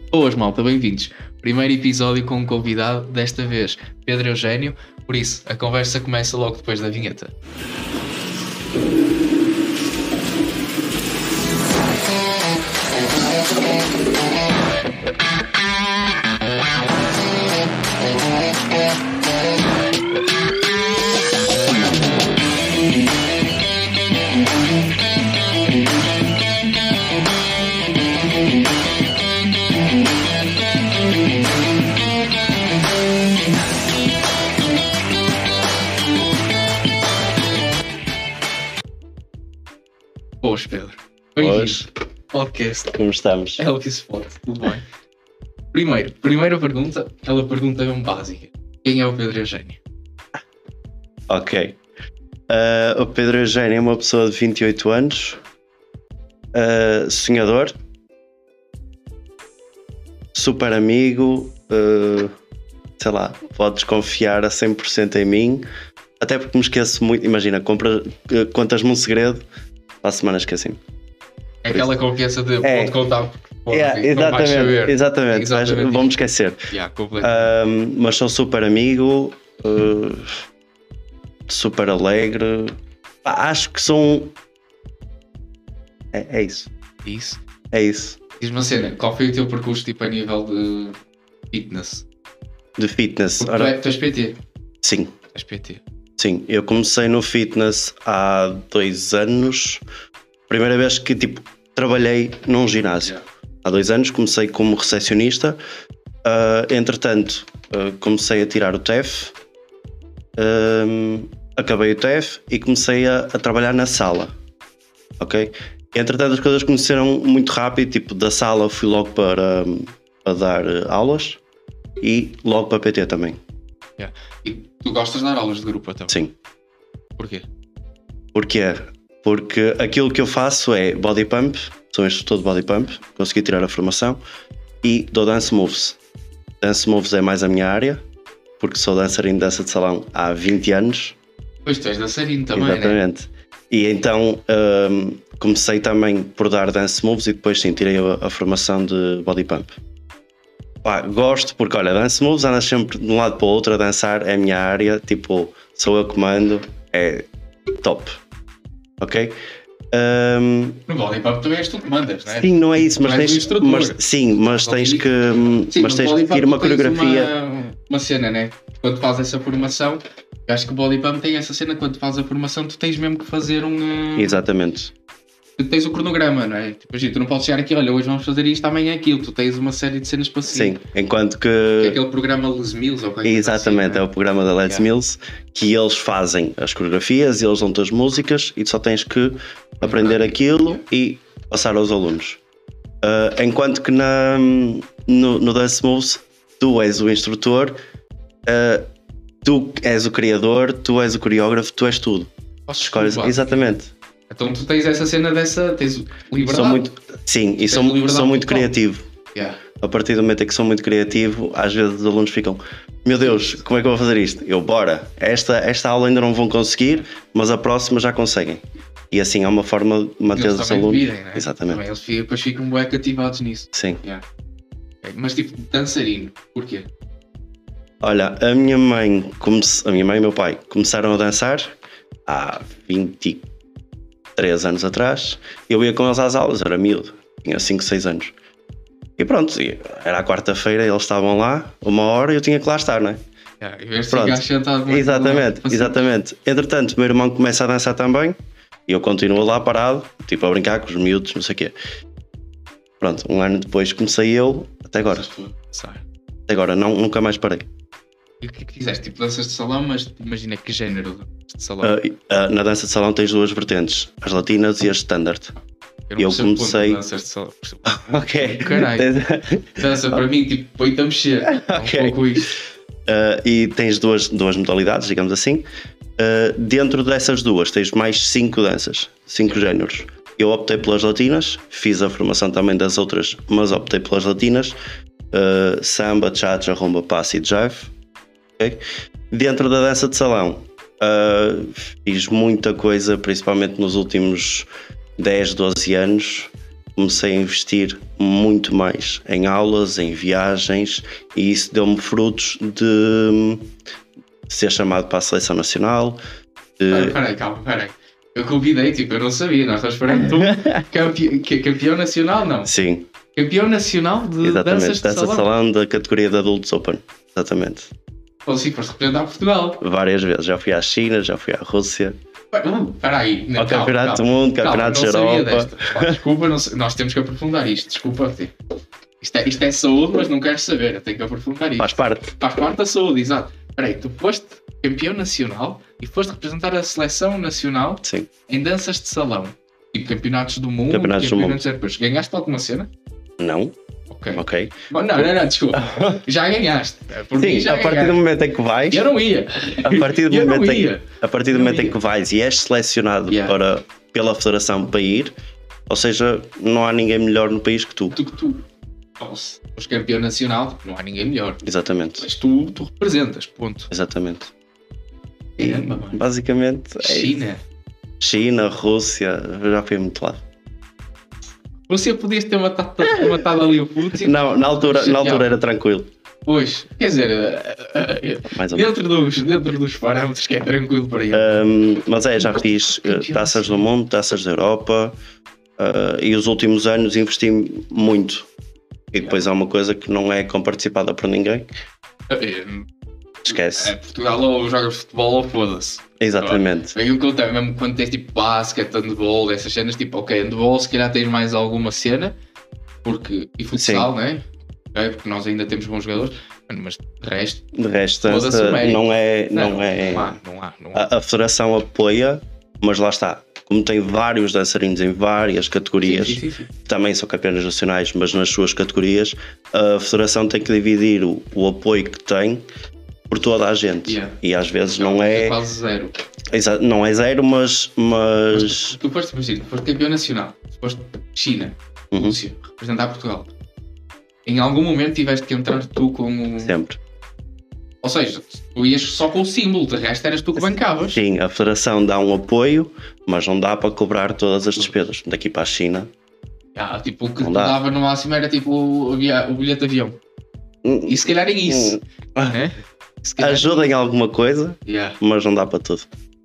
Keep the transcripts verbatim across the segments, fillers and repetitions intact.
Boas, malta, bem-vindos. Primeiro episódio com um convidado, desta vez Pedro Eugénio, por isso a conversa começa logo depois da vinheta. Boas, Pedro. Bem-vindo. Podcast. Como estamos? Elvis Spot, tudo bem? Primeiro, primeira pergunta, aquela pergunta mesmo básica. Quem é o Pedro Eugénio? Ok. Uh, o Pedro Eugénio é uma pessoa de vinte e oito anos, uh, sonhador, super amigo, uh, sei lá, podes confiar a cem por cento em mim, até porque me esqueço muito. Imagina, compra, uh, contas-me um segredo, para a semana esqueci-me. É aquela confiança de é, pode contar porque pode, yeah, não exatamente, vais saber. exatamente, exatamente. Mas, vou-me esquecer. Yeah, um, mas sou super amigo, uh, super alegre. Ah, acho que sou um... É, é isso. Isso? É isso. Diz-me uma cena, qual foi o teu percurso tipo a nível de fitness? De fitness? Porque Ora... tu és P T? Sim. És P T? Sim, eu comecei no fitness há dois anos. Primeira vez que tipo trabalhei num ginásio. Yeah. Há dois anos comecei como recepcionista. Uh, entretanto, uh, comecei a tirar o T E F. Uh, acabei o T E F e comecei a, a trabalhar na sala. Ok? Entretanto, as coisas começaram muito rápido. Tipo, da sala fui logo para, para dar aulas e logo para P T também. Yeah. E tu gostas de dar aulas de grupo também? Sim. Porquê? Porquê? Porque aquilo que eu faço é body pump, sou instrutor de body pump, consegui tirar a formação, e dou dance moves. Dance moves é mais a minha área, porque sou dançarino de dança de salão há vinte anos. Pois tu és dançarino também, exatamente. Né? E então um, comecei também por dar dance moves e depois sim, tirei a, a formação de body pump. Pá, gosto porque, olha, dance moves andas sempre de um lado para o outro a dançar, é a minha área, tipo, sou eu que mando, é top. Ok? Um, no body pump também és tu que mandas, não é? Sim, não é isso, mas tens, mas, sim, mas no tens que, sim, mas tens que ter uma coreografia. Uma, uma cena, né? Quando fazes essa formação, acho que o body pump tem essa cena, quando fazes a formação, tu tens mesmo que fazer um. Exatamente. Tu tens o cronograma, não é? Tipo, tu não podes chegar aqui, olha, hoje vamos fazer isto, amanhã aquilo. Tu tens uma série de cenas para seguir. Sim, enquanto que... que é aquele programa Les Mills, ou coisa exatamente, assim, é? É o programa da Les yeah. Mills, que eles fazem as coreografias, eles dão-te as músicas e tu só tens que aprender aquilo yeah. e passar aos alunos. Uh, enquanto que na, no, no Dance Moves, tu és o instrutor, uh, tu és o criador, tu és o coreógrafo, tu és tudo. Posso escolhes exatamente. Então tu tens essa cena dessa, tens liberdade. Sou muito, sim, e sou, sou muito criativo. Yeah. A partir do momento em que sou muito criativo, às vezes os alunos ficam, meu Deus, como é que eu vou fazer isto? Eu, bora, esta, esta aula ainda não vão conseguir, mas a próxima já conseguem. E assim é uma forma de manter eles os alunos. Dividem, né? Exatamente. Também eles ficam, depois ficam bem cativados nisso. Sim. Yeah. Okay. Mas tipo, dançarino, porquê? Olha, a minha mãe, comece... a minha mãe e o meu pai começaram a dançar há vinte e três anos atrás. Eu ia com eles às aulas, era miúdo, tinha cinco, seis anos. E pronto, era a quarta-feira, eles estavam lá, uma hora, e eu tinha que lá estar, não é? Yeah, e pronto. Sentado exatamente, exatamente. Entretanto, o meu irmão começa a dançar também, e eu continuo lá parado, tipo a brincar com os miúdos, não sei o quê. Pronto, um ano depois comecei eu, até agora. Até agora, não, nunca mais parei. E o que é que fizeste? Tipo danças de salão, mas imagina que género de salão? Uh, uh, na dança de salão tens duas vertentes, as latinas e as standard. Eu, não eu comecei. Danças de salão. Ok. Caralho. Dança para mim, tipo, põe-te a mexer. Okay. Um pouco isto. Uh, e tens duas, duas modalidades, digamos assim. Uh, dentro dessas duas tens mais cinco danças, cinco Sim. géneros. Eu optei pelas latinas, fiz a formação também das outras, mas optei pelas latinas. Uh, samba, cha-cha, rumba, passe e jive. Okay? Dentro da dança de salão uh, fiz muita coisa, principalmente nos últimos dez, doze anos. comecei a investir muito mais em aulas, em viagens, e isso deu-me frutos de ser chamado para a seleção nacional. De... Peraí, calma, peraí. Eu convidei, tipo, eu não sabia, nós estamos esperando tu, campe... campeão nacional, não? Sim. Campeão nacional de Exatamente, danças de dança salão. de salão da categoria de Adultos Open. Exatamente. Ou sim, foste representar Portugal. Várias vezes. Já fui à China, já fui à Rússia. Espera aí. Ao Campeonato do Mundo, Campeonatos da Europa. Pá, desculpa, não sei, nós temos que aprofundar isto. Desculpa. Isto é, isto é saúde, mas não quero saber. Eu tenho que aprofundar isto. Faz parte. Faz parte da saúde, exato. Espera aí, tu foste campeão nacional e foste representar a seleção nacional Sim. em danças de salão. Tipo campeonatos do mundo. Campeonatos do mundo. Depois, ganhaste alguma cena? Não. Ok. Ok. Bom, não, não, não, desculpa. Já ganhaste. Por mim, Sim, já a partir ganhaste. do momento em que vais, Eu não ia. a partir do Eu não momento, em, ia. a partir do Eu não momento em ia. que vais e és selecionado Yeah. para, pela federação para ir, ou seja, não há ninguém melhor no país que tu. Tu que tu. Se fores campeão nacional, não há ninguém melhor. Exatamente. Mas tu, tu representas, ponto. Exatamente. É, E, mano. basicamente é isso. China. China, Rússia, já fui a muito lado. Você podias ter matado, matado ali o Putin. Não, na altura, na altura era tranquilo. Pois, quer dizer, eh, eh, Mais ou menos. dentro dos, dentro dos parâmetros que é tranquilo para ele. Um, mas é, já fiz uh, taças do mundo, taças da Europa, uh, e os últimos anos investi muito. E depois há uma coisa que não é comparticipada por ninguém. Eh, Esquece. É Portugal ou jogas futebol ou foda-se. Exatamente. Aquilo que eu tenho, mesmo quando tens tipo basquete, handball, essas cenas, tipo, ok, handball se calhar tens mais alguma cena, porque, e futsal, não é? Okay, porque nós ainda temos bons jogadores, mano, mas de resto, De resto, Foda-se essa o mérito. não é. Não, não, é não há, não há, não há. a, a federação apoia, mas lá está. Como tem vários dançarinos em várias categorias, Sim, sim, sim, sim. também são campeões nacionais, mas nas suas categorias, a federação tem que dividir o, o apoio que tem por toda a gente. Yeah. E às vezes não é. quase zero. Exa- não é zero, mas. mas... Tu foste, imagina, foste campeão nacional, tu foste China, Uhum. Rússia, representar Portugal. Em algum momento tiveste que entrar tu com o... Sempre. Ou seja, tu ias só com o símbolo, de resto eras tu que bancavas. Sim, a federação dá um apoio, mas não dá para cobrar todas as despesas. Daqui para a China. Ah, tipo, o que Não tu dá. dava no máximo era tipo o, avia- o bilhete de avião. E se calhar é isso. Hum, né? Se calhar- ajuda em alguma coisa, Yeah. mas não dá para tudo.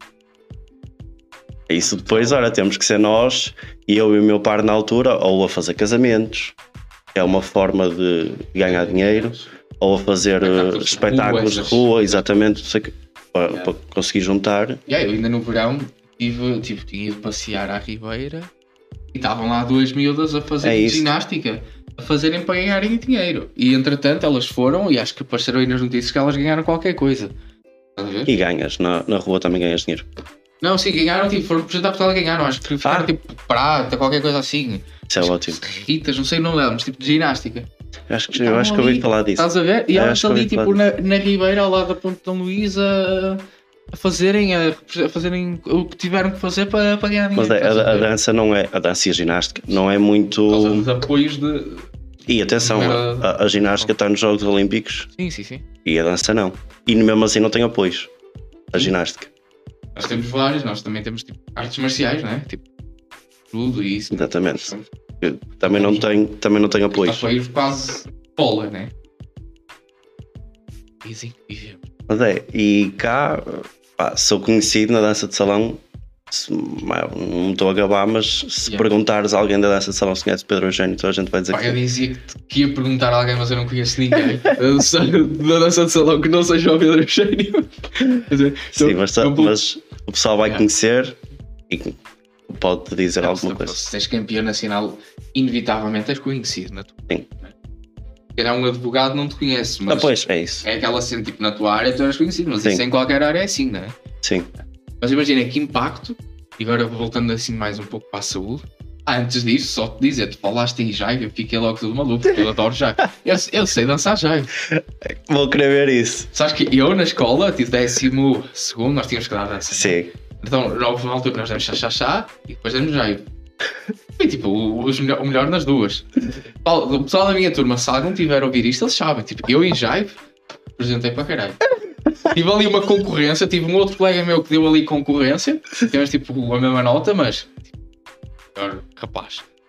Isso depois, ora, temos que ser nós e eu e o meu par na altura, ou a fazer casamentos, que é uma forma de ganhar dinheiro, ou a fazer Espetáculos eh, de espetáculos de rua, rua, exatamente, não sei o quê, para, Yeah. para conseguir juntar. Yeah, eu ainda no verão tive, tipo, tinha ido passear à Ribeira e estavam lá duas miúdas a fazer É isso. ginástica, a fazerem para ganharem dinheiro. E entretanto elas foram e acho que apareceram aí nas notícias que elas ganharam qualquer coisa. Estás a ver? E ganhas, na, na rua também ganhas dinheiro. Não, sim, ganharam, tipo, foram representar Portugal e ganharam. Acho que ficaram Ah. tipo prata, qualquer coisa assim. Isso é ótimo. Ritas, não sei o nome dela, mas tipo de ginástica. Eu acho que, eu acho que ouvi falar disso. Estás a ver? E Eu elas acho que ali, ouvi tipo, falar na, na Ribeira, ao lado da Ponte de Dom Luís, a, a fazerem, a, a fazerem o que tiveram que fazer para, para ganhar Mas dinheiro. é, estás a, a ver? dança não é, a dança e a ginástica não é Por causa muito. dos apoios de. E atenção, Não era- a, a ginástica está nos Jogos Olímpicos Sim, sim, sim. e a dança não. E mesmo assim não tem apoios. A ginástica. Nós temos vários, nós também temos tipo, artes marciais, não é? Tipo, tudo e isso. Exatamente. Eu também não tenho, também não tenho apoios. Apoios quase bola, né? Dizem que vivemos. Mas é, e cá pá, sou conhecido na dança de salão. Se- não me estou a gabar, mas se Yeah. perguntares a alguém da dança de salão se conhece Pedro Eugênio, toda a gente vai dizer Pá, eu que dizia que, te- que ia perguntar a alguém, mas eu não conheço ninguém Eu sei da dança de salão que não seja o Pedro Eugênio. Quer dizer, sim, eu- mas, eu vou- mas o pessoal vai Yeah. conhecer e pode dizer Não, alguma se, coisa. se és campeão nacional, inevitavelmente és conhecido, não é? Sim. Se calhar um advogado não te conhece, Ah, mas pois, é isso. é aquela cena, tipo, na tua área tu eres conhecido, mas Sim. isso em qualquer área é assim, não é? Sim. Mas imagina que impacto, e agora voltando assim mais um pouco para a saúde, ah, antes disso, só te dizer, tu falaste em jive, eu fiquei logo tudo maluco, porque eu adoro jive. Eu, eu sei dançar jive. Vou querer ver isso. Sabes que eu na escola, tipo décimo segundo, nós tínhamos que dar dança. Sim. Então, na altura nós demos chá-chá-chá e depois demos jive. Foi tipo o, os melhor, o melhor nas duas. O pessoal da minha turma, se algum tiver a ouvir isto, eles sabem. Tipo, eu em jive, apresentei para caralho. Tive ali uma concorrência, tive um outro colega meu que deu ali concorrência, tivemos tipo a mesma nota, mas tipo, melhor rapaz.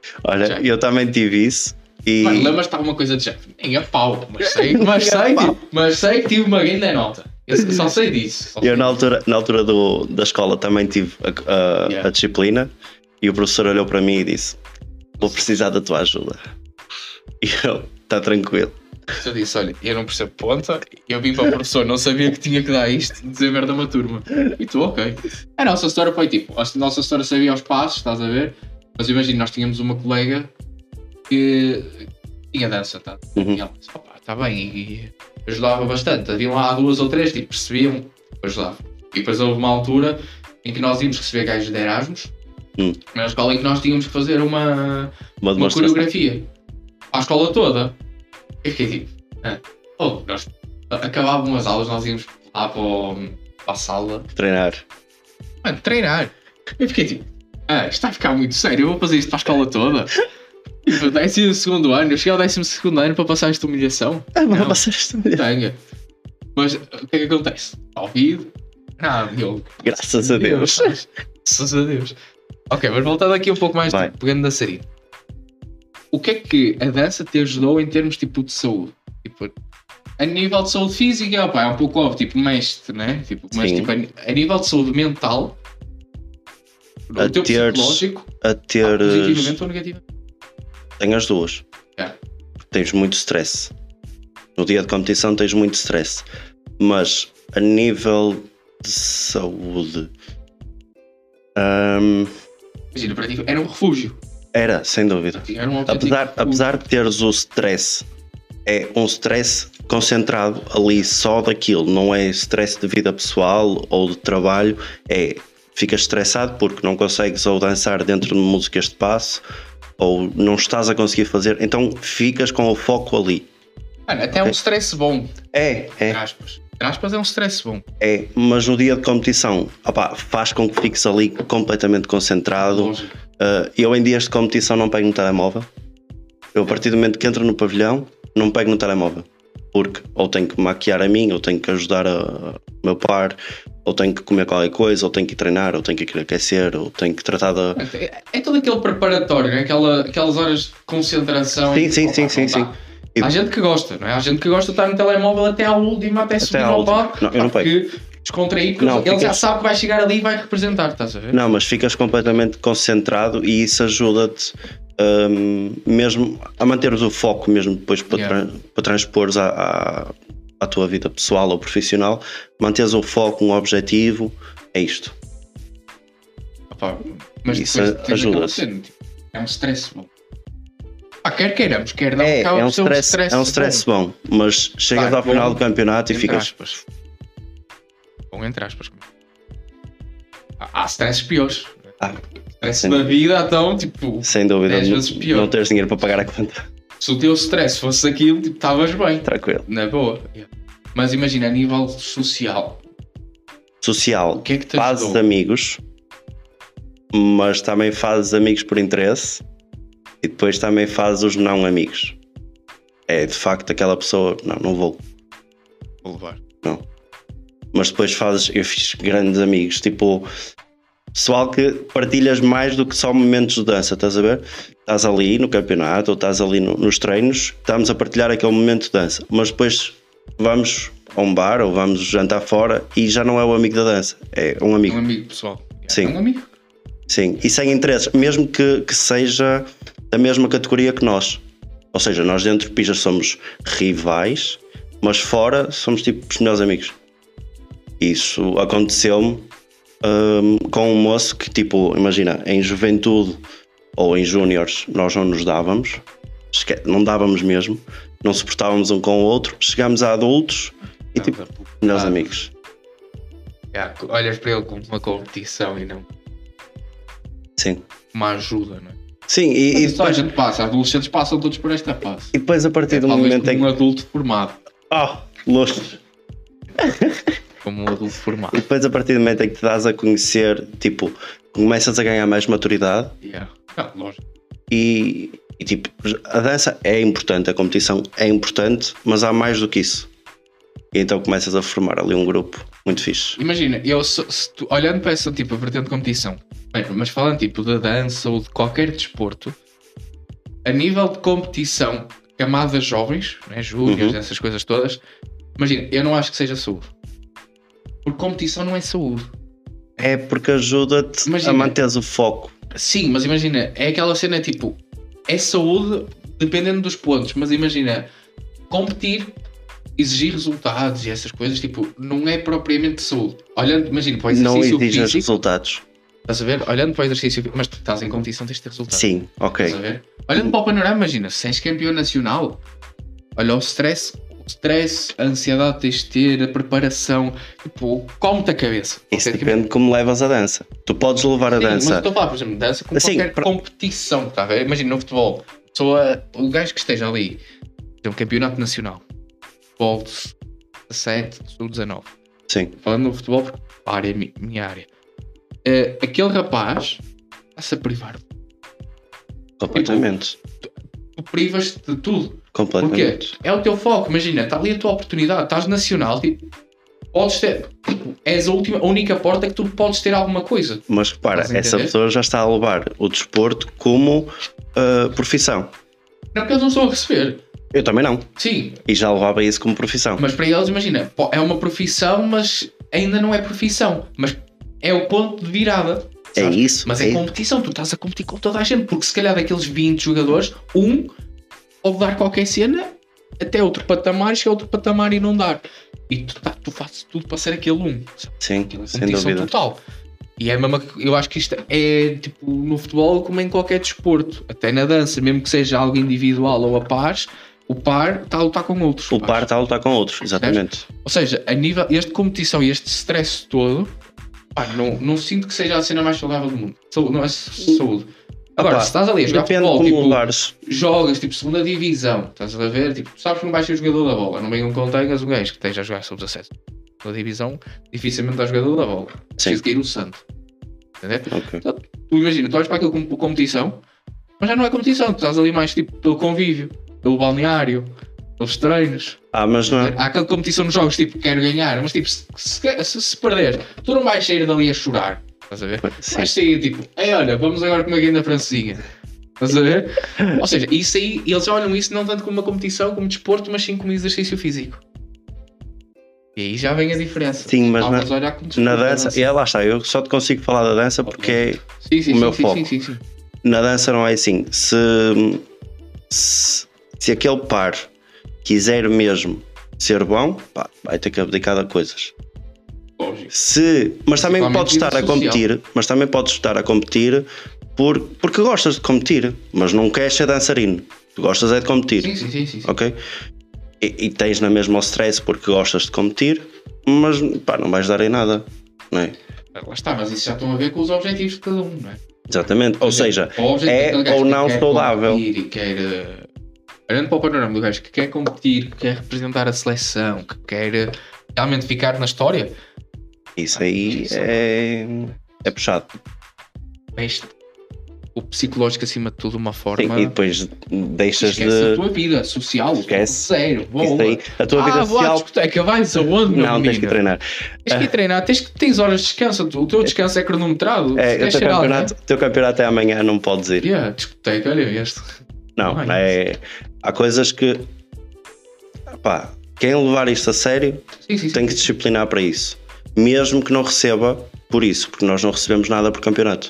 Olha, Já. eu também tive isso. E... Mano, lembras-te de alguma coisa de género? Nem a pau, mas sei, mas sei, tipo, mas sei que tive uma grande nota. Eu só sei disso. Só sei eu na disso. altura, na altura do, da escola também tive a, a- Yeah. a disciplina e o professor olhou para mim e disse: vou precisar da tua ajuda. E eu, está tranquilo. Eu disse, olha, eu não percebo ponta, eu vim para o professor, não sabia que tinha que dar isto, dizer merda a uma turma. E tu, ok. A nossa história foi tipo, a nossa história sabia os passos, estás a ver? Mas imagina, nós tínhamos uma colega que tinha dança, tá? Uhum. E ela disse, opá, está bem, e ajudava bastante. Havia lá duas ou três, tipo, percebiam, ajudava. E depois houve uma altura em que nós íamos receber gajos de Erasmus, Hum. na escola em que nós tínhamos que fazer uma, Uma uma demonstração. coreografia à escola toda. Eu fiquei tipo, ah, oh, nós acabávamos as aulas, nós íamos lá para, o, para a sala, Treinar. mano, treinar. Eu fiquei tipo, ah, isto vai ficar muito sério, eu vou fazer isto para a escola toda. Tipo, décimo segundo ano, eu cheguei ao décimo segundo ano para passar esta humilhação. Ah, mas Não. vocês Tenha. Mas o que é que acontece? Ouvido? Nada, eu. Graças a Deus. Graças a Deus. Ok, mas voltando aqui um pouco mais, Vai. tipo, pegando da série. O que é que a dança te ajudou em termos tipo de saúde? Tipo, a nível de saúde física, opa, é um pouco óbvio, tipo, mestre, né? Tipo, mas Sim. tipo, a, a nível de saúde mental, A o teu teres- psicológico, A teres. positivamente ou negativamente? Tenho as duas. É. Tens muito stress. No dia de competição tens muito stress. Mas a nível de saúde. hum, Imagina, para ti era um refúgio. era, sem dúvida. Era um objetivo Apesar, refúgio. apesar de teres o stress, é um stress concentrado ali só daquilo, não é stress de vida pessoal ou de trabalho, é ficas estressado porque não consegues ou dançar dentro de músicas de passo ou não estás a conseguir fazer, então ficas com o foco ali. Mano, até é um stress bom, É, é, entre aspas. Entre aspas é um stress bom. é, mas no dia de competição, opá, faz com que fiques ali completamente concentrado. Lógico. Uh, eu em dias de competição não pego no telemóvel. Eu a partir do momento que entro no pavilhão não pego no telemóvel. Porque ou tenho que maquiar a mim, ou tenho que ajudar a- o meu par, ou tenho que comer qualquer coisa, ou tenho que ir treinar, ou tenho que ir aquecer, ou tenho que tratar da... É, é todo aquele preparatório, né? Aquela, aquelas horas de concentração. Sim, e, sim, opa, sim, não sim, dá. sim. E- Há gente que gosta, não é? Há gente que gosta de estar no telemóvel até à última, até, subir à ao última. palco. Não, eu não porque descontrair, porque Não, ele já ficas- sabe que vai chegar ali e vai representar, estás a ver? Não, mas ficas completamente concentrado e isso ajuda-te hum, mesmo a manteres o foco mesmo depois para, Yeah. tra- para transpores à, à, à tua vida pessoal ou profissional, manteres o foco, um objetivo, é isto. Opa, mas Isso depois tens ajuda-te. aquele cena, tipo, é um stress bom. Ah, quer queiramos, quer não, É, acaba é um por ser stress, é um stress bom, mas chegas Tá, ao final bom, do campeonato e entre ficas. aspas. Bom, entre aspas. Há, há stresses piores. Ah, Stress sem- da vida, então, tipo, sem dúvida, dez não, vezes pior. não teres dinheiro para pagar a conta. se o teu stress fosse aquilo, tipo, estavas bem. Tranquilo. Na boa. Mas imagina, a nível social, Social, o que é que te fazes ajudou? amigos, mas também fazes amigos por interesse e depois também fazes os não amigos. É de facto aquela pessoa, não, não vou. Vou levar. Mas depois fazes, eu fiz grandes amigos, tipo pessoal que partilhas mais do que só momentos de dança, estás a ver? Estás ali no campeonato ou estás ali no- nos treinos, estamos a partilhar aquele momento de dança, mas depois vamos a um bar ou vamos jantar fora e já não é o amigo da dança, é um Um amigo. amigo pessoal. Sim. É um amigo. Sim, e sem interesses, mesmo que, que seja da mesma categoria que nós. Ou seja, nós dentro de Pijas somos rivais, mas fora somos tipo os melhores amigos. Isso aconteceu-me hum, com um moço que, tipo, imagina, em juventude ou em júniores nós não nos dávamos, esque- não dávamos mesmo, não suportávamos um com o outro, chegámos a adultos e tipo, melhores Ah. amigos. Yeah, olhas para ele como uma competição e não Sim. uma ajuda, não é? Sim, e, e, Mas isso a depois, gente passa, adolescentes passam todos por esta fase. e depois a partir do Talvez momento em como que. um adulto formado. Oh, luxo! Como um adulto formado. E depois a partir do momento em que te dás a conhecer, tipo, começas a ganhar mais maturidade Yeah. Não, lógico. e, e, tipo, a dança é importante, a competição é importante, mas há mais do que isso. E então começas a formar ali um grupo muito fixe. Imagina, eu se, se tu- olhando para essa tipo, a vertente de competição, bem, mas falando tipo da dança ou de qualquer desporto, a nível de competição, camadas jovens, né, júniores, Uhum. essas coisas todas, imagina, eu não acho que seja saúde. Porque competição não é saúde. É porque ajuda-te Imagina. a manteres o foco. Sim, mas imagina, é aquela cena tipo, é saúde dependendo dos pontos, mas imagina, competir, exigir resultados e essas coisas, tipo, não é propriamente saúde. Olhando, imagina, para o Não exercício exige os físico, resultados. estás a ver? Olhando para o exercício físico, mas tu estás em competição, tens de ter resultados. Sim, ok. Estás a ver? Olhando para o panorama, imagina, se és campeão nacional, olha o stress, o stress, a ansiedade que tens de ter, a preparação, tipo, come-te a cabeça. Isso Ok? depende de como levas a dança. Tu podes levar a Sim, mas dança. estou a falar, por exemplo, dança com Sim, qualquer pra- competição, tá a ver? Imagina no futebol, sou a, o gajo que esteja ali, tem um campeonato nacional, futebol dezassete, sub dezanove, Sim, falando no futebol, porque a área é a mi- minha área. Eh, aquele rapaz está-se a privar, completamente. tu privas de tudo. Porquê? Completamente. É o teu foco, imagina, está ali a tua oportunidade, estás nacional, tipo, podes ter, tipo, és a, última, a única porta que tu podes ter alguma coisa. Mas repara, Estás a essa entender? pessoa já está a levar o desporto como ah, profissão. Não, porque eles não estão a receber. Eu também não. Sim, E já levava isso como profissão. mas para eles, imagina, pô, é uma profissão, mas ainda não é profissão. Mas é o ponto de virada. É sabes? isso. Mas é é competição, tu estás a competir com toda a gente, porque se calhar daqueles vinte jogadores, um pode dar qualquer cena até outro patamar, e chega a outro patamar e não dar. E tu, tá, tu fazes tudo para ser aquele um. sabe? Sim, Aquela sem competição dúvida. total. E é a mesma, eu acho que isto é tipo no futebol como em qualquer desporto, até na dança, mesmo que seja algo individual ou a pares, o par está a lutar com outros. O pares. par está a lutar com outros, exatamente. Ou seja, a nível, este competição e este stress todo, pá, não, não sinto que seja a cena mais saudável do mundo. Saúde, não é saúde. Agora, Opa, se estás ali a jogar Depende futebol, como tipo, levares. jogas tipo segunda divisão, estás a ver, tipo, sabes que não vais ser jogador da bola, não venham com tenhas um gajo que esteja a jogar sub dezassete. Segunda divisão, dificilmente é jogador da bola. Preciso cair o santo. Entendeu? Ok. Tu imagina, tu olhas para aquilo como competição, mas já não é competição, tu estás ali mais tipo pelo convívio, pelo balneário, pelos treinos. Ah, mas não é. Há aquela competição nos jogos, tipo, quero ganhar, mas tipo, se, se, se, se perderes, tu não vais sair dali a chorar, estás a ver? Sim. Vais sair tipo, ei, olha, vamos agora comer aqui na francesinha, estás a ver? Ou seja, isso aí, eles olham isso não tanto como uma competição, como desporto, mas sim como exercício físico. E aí já vem a diferença. Sim, mas Estavas na- a olhar como Na desporto, dança, e lá está, eu só te consigo falar da dança porque é Sim, sim, o sim, meu sim, foco. sim, sim, sim. na dança não é assim. Se, se, se aquele par quiser mesmo ser bom, pá, vai ter que abdicar de coisas. Lógico. Se, mas também Principalmente podes estar a vida social. competir, mas também podes estar a competir por, porque gostas de competir, mas não queres ser dançarino. Tu gostas é de competir, Sim, sim, sim, sim, sim. ok? E, e tens na mesma o stress porque gostas de competir, mas pá, não vais dar em nada, não é? Lá está, mas isso já estão a ver com os objetivos de cada um, não é? Exatamente. Ou seja, o objetivo é daquele gajo ou que não quer saudável. competir e quer, eh, olhando para o panorama do gajo que quer competir, que quer representar a seleção, que quer eh, realmente ficar na história, Isso aí é, é puxado. este, o psicológico acima de tudo, uma forma. Sim, e depois deixas Esquece a de. tua vida social, Esquece. zero, boa. Isso aí, a tua vida ah, vou à social. discoteca, vais aonde, meu Não, tens menino? que treinar. Tens que ir treinar, tens, que, tens horas de descanso, o teu descanso é cronometrado. É, se o queres teu ser alguém- campeonato, o teu campeonato é amanhã, não podes ir. Yeah, discoteca, olha este. Não, Não é, há coisas que. Pá, quem levar isto a sério Sim, sim, sim. tem que disciplinar para isso. Mesmo que não receba por isso, porque nós não recebemos nada por campeonato.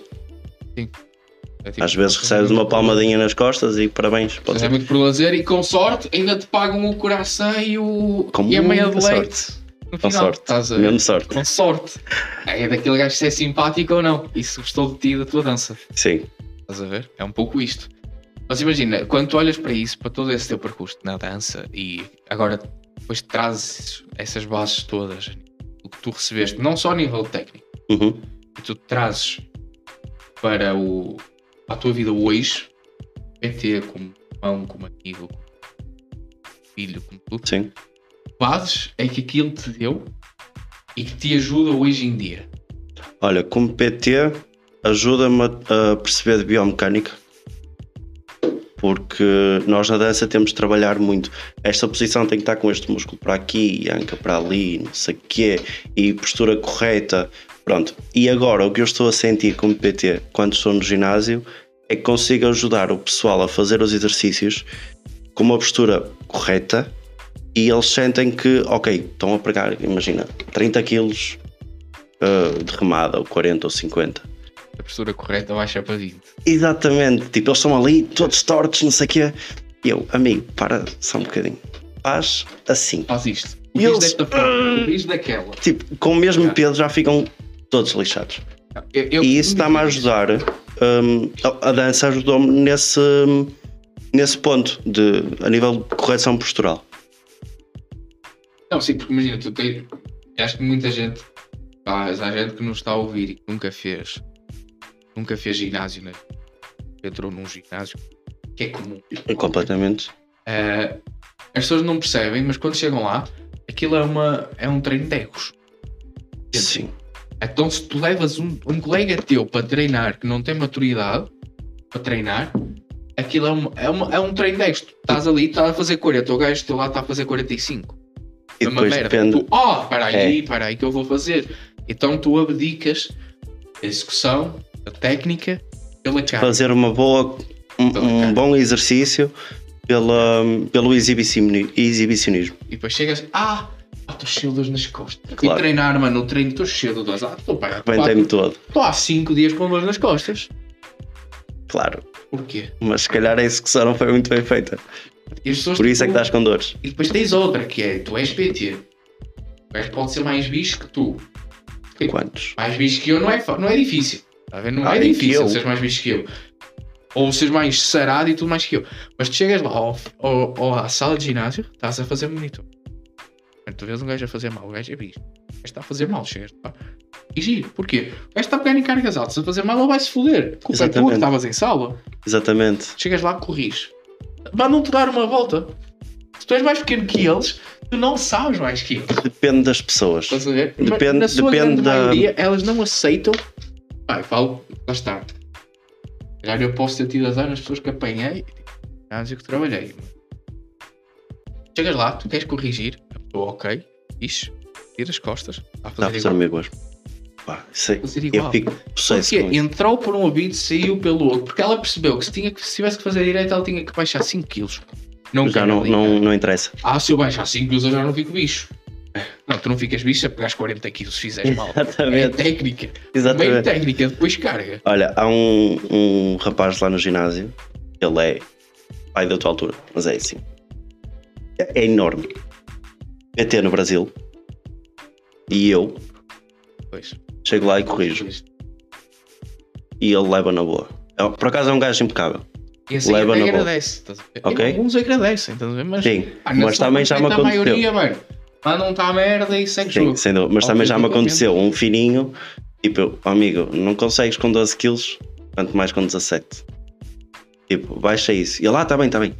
É tipo, Às vezes recebes uma palmadinha nas costas e parabéns. Pode Mas ser. é muito por lazer e com sorte ainda te pagam o coração e, o... Com e a meia de muita leite. No Com final, sorte. estás a ver? Mesmo sorte. Com sorte. É daquele gajo se é simpático ou não. E se gostou de ti e da tua dança. Sim. Estás a ver? É um pouco isto. Mas imagina, quando tu olhas para isso, para todo esse teu percurso na dança e agora depois trazes essas bases todas, o que tu recebeste, não só a nível técnico, Uhum. que tu trazes para, o, para a tua vida hoje, P T como irmão, como amigo, como filho, como tudo, Sim. bases é que aquilo te deu e que te ajuda hoje em dia. Olha, como P T, ajuda-me a, a perceber de biomecânica, porque nós na dança temos de trabalhar muito. Esta posição tem que estar com este músculo para aqui, anca para ali, não sei o quê, e postura correta. Pronto. E agora, o que eu estou a sentir como P T quando estou no ginásio é que consigo ajudar o pessoal a fazer os exercícios com uma postura correta e eles sentem que, ok, estão a pregar, imagina, trinta quilos uh, de remada, ou quarenta ou cinquenta. A postura correta baixa para vinte. Exatamente, tipo, eles estão ali, todos tortos, não sei o quê. E eu, amigo, para só um bocadinho. Faz assim. Faz isto. E Diz eles, desta forma, diz daquela. tipo, com o mesmo Yeah. peso já ficam todos lixados. Eu, eu E isso está-me a costumo ajudar. hum, a a dança ajudou-me nesse, nesse ponto, de, a nível de correção postural. Não, sim, porque imagina, tu tens. Acho que muita gente. Pá, há gente que não está a ouvir e que nunca fez. Nunca fez ginásio, né? Entrou num ginásio, que é comum. Completamente. Uh, as pessoas não percebem, mas quando chegam lá, aquilo é, uma, é um treino de egos. Sim. Então, se tu levas um, um colega teu para treinar que não tem maturidade para treinar, aquilo é, uma, é, uma, é um treino de egos. Tu estás ali, estás a fazer quarenta, o gajo teu lá está a fazer quarenta e cinco. E É uma depois merda. depende. Tu, oh, para aí, É. para aí que eu vou fazer. Então tu abdicas a execução, a técnica, pela cara. Fazer uma boa, um, um bom exercício pela, pelo exibicioni- exibicionismo. E depois chegas, ah, estou cheio de dores nas costas. Claro. E treinar, mano, no treino estou cheio de dores. Ah, estou para Arrebentei-me todo. Estou há cinco dias com dores nas costas. Claro. Porquê? Mas se calhar a execução não foi muito bem feita. E as pessoas, Por isso é que tipo, estás com dores. E depois tens outra, que é, tu és P T. O gajo pode ser mais bicho que tu. Sim. Quantos? Mais bicho que eu não é, fa- não é difícil. Está a ver? Não Ah, é nem que difícil eu. seres mais bicho que eu. Ou seres mais sarado e tudo mais que eu. Mas tu chegas lá ao, ao, ao- à sala de ginásio, estás a fazer monitor. Quando tu vês um gajo a fazer mal, o gajo é bicho. O gajo está a fazer mal, chegas lá. E giro, porquê? O gajo está a pegar em cargas altas, a fazer mal, ele vai se foder. Culpa é tua que Exatamente. estavas em sala. Exatamente. Chegas lá, corrige. Mandam-te dar uma volta. Se tu és mais pequeno que eles, tu não sabes mais que eles. Depende das pessoas. Estás a ver? Depende- Mas na sua depende grande da- maioria, elas não aceitam. Pá, eu falo, lá está. Já eu posso ter tido azar nas pessoas que apanhei, antes que trabalhei. Chegas lá, tu queres corrigir, a pessoa, ok, fixe, tira as costas, está a Está a fazer fazer o igual. meu gosto. Pá, sei. Fazer Eu igual. fico possesso com Porque isso. entrou por um ouvido, saiu pelo outro, porque ela percebeu que se, tinha que, se tivesse que fazer direito, ela tinha que baixar cinco quilos. Não Já quero não, ali, não, cara. não interessa. Ah, se eu baixar cinco quilos, eu já não fico bicho. Não, tu não ficas bicho se pegares quarenta quilos se fizeres mal. É Exatamente. técnica. Meio Exatamente. técnica, depois carga. Olha, há um, um rapaz lá no ginásio, ele é pai da tua altura, mas é assim. É, é enorme. P T no Brasil. E eu Pois. chego lá e corrijo. E ele leva na boa. É- Por acaso é um gajo impecável. E assim Leva até na boa. agradece. Estás a ver? Ok. E alguns agradecem, estás a ver? Mas, Sim, ah, na mas sua também já me perfeita aconteceu. maioria, mano, mandam-te à merda e segue o Sim, jogo. sem dúvida. Mas Ok, também já me estou aconteceu um fininho, tipo, eu, "Oh, amigo, não consegues com doze quilos, quanto mais com dezassete. Tipo, baixa isso. E ele, ah, está bem, está bem.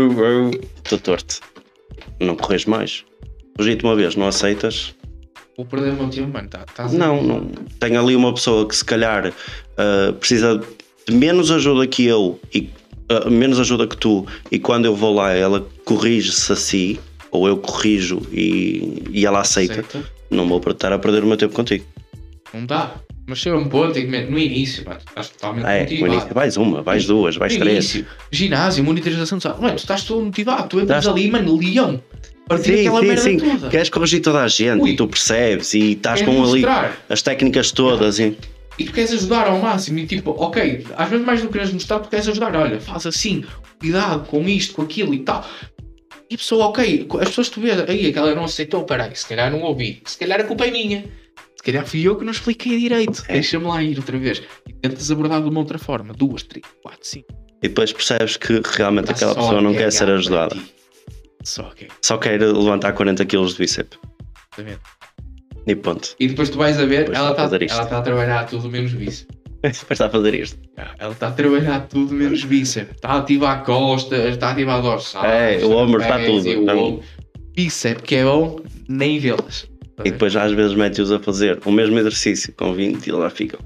Estou torto. Não corres mais. Corrigi-te uma vez, não aceitas? Vou perder o meu tempo, mano. Tá, estás a- Não, não. Tenho ali uma pessoa que se calhar ah, precisa de menos ajuda que eu e ah, menos ajuda que tu, e quando eu vou lá ela corrige-se a si, ou eu corrijo e, e ela aceita. Aceita. Não vou estar a perder o meu tempo contigo. Não dá. Mas chega um ponto em que no início, mano, estás totalmente Ah, é, motivado. no início, vais uma, vais duas, vais No três. início, ginásio, monitorização de saúde. Mano, tu estás todo motivado. Tu entras Estás- ali, mano, leão. Partir Sim, aquela sim, merda sim. toda. Queres corrigir toda a gente Ui. e tu percebes e estás Queres com ali mostrar. as técnicas todas. E... E tu queres ajudar ao máximo e tipo, ok, às vezes mais do que queres mostrar, tu queres ajudar, olha, faz assim, cuidado com isto, com aquilo e tal. E a pessoa, ok, as pessoas tu vês, aí aquela não aceitou, peraí, se calhar não ouvi, se calhar a culpa é minha, se calhar fui eu que não expliquei direito, É. deixa-me lá ir outra vez. E tentas abordar de uma outra forma, duas, três, quatro, cinco. e depois percebes que realmente Tá aquela só pessoa não a quer ser cagar ajudada. para ti. Só ok, Só quer levantar quarenta quilos de bíceps. exatamente. E ponto. E depois tu vais a ver, Depois ela está a está fazer isto. ela tá a trabalhar tudo menos bíceps. Depois está a fazer isto. Ela está a trabalhar tudo menos bíceps. Está a ativar costas, está a ativar dorsal. É, o ombro está tudo. E o Não. ombro. Bíceps, que é bom, nem vê-las. Tá a E ver? depois às vezes mete-os a fazer o mesmo exercício com vinte e lá ficam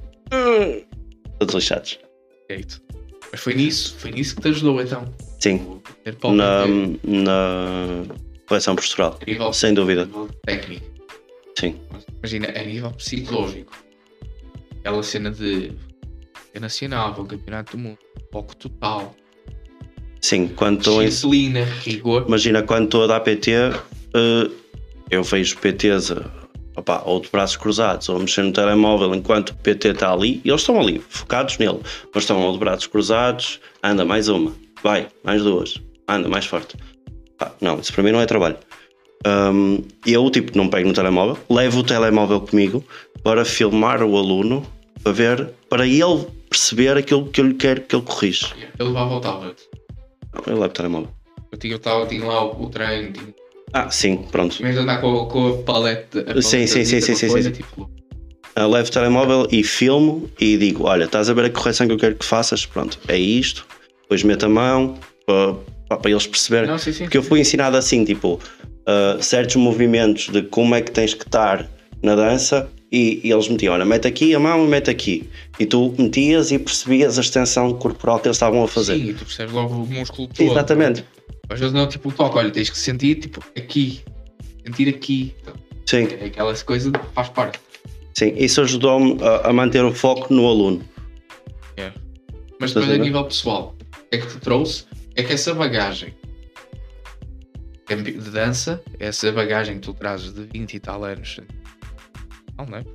todos lixados. Perfeito. Mas foi nisso, foi nisso que te ajudou então. Sim, Ter palco na, inteiro, na correção postural. a nível, Sem dúvida. a nível técnico. Sim. Imagina, a nível psicológico. Aquela cena de É nacional, vou ao campeonato do mundo. Foco total. Sim, quando estou em... Disciplina, rigor. Imagina, quando estou a dar P T, uh, eu vejo P Ts uh, opa, ou de braços cruzados ou a mexer no telemóvel enquanto o P T está ali, e eles estão ali, focados nele, mas estão ou de braços cruzados, anda, mais uma, vai, mais duas, anda, mais forte. Ah, não, isso para mim não é trabalho. Um, eu, tipo, não pego no telemóvel, levo o telemóvel comigo para filmar o aluno, para ver, para ele perceber aquilo que eu lhe quero que ele corrija. Ele levava o tablet. Não, eu levo o telemóvel. Eu tinha, eu tinha lá o, o treino, tinha... Ah, sim, pronto. Mas andar com, com a paleta. A sim, sim, sim, sim, sim, coisa, sim. Tipo... Eu levo o telemóvel e filmo e digo, olha, estás a ver a correção que eu quero que faças? Pronto, é isto. Depois meto a mão para, para eles perceberem. Não, sim, sim. Porque eu fui ensinado assim, tipo, uh, certos movimentos de como é que tens que estar na dança e, e eles metiam, olha, mete aqui a mão e mete aqui. E tu metias e percebias a extensão corporal que eles estavam a fazer. Sim, e tu percebes logo o músculo todo. Exatamente. Às vezes não, tipo, toque, olha, tens que sentir, tipo, aqui. Sentir aqui. Sim. É aquela coisa que faz parte. Sim, isso ajudou-me a, a manter o foco no aluno. É. Mas depois a nível pessoal, o que é que te trouxe? É que essa bagagem de dança, essa bagagem que tu trazes de vinte e tal anos, não, não é?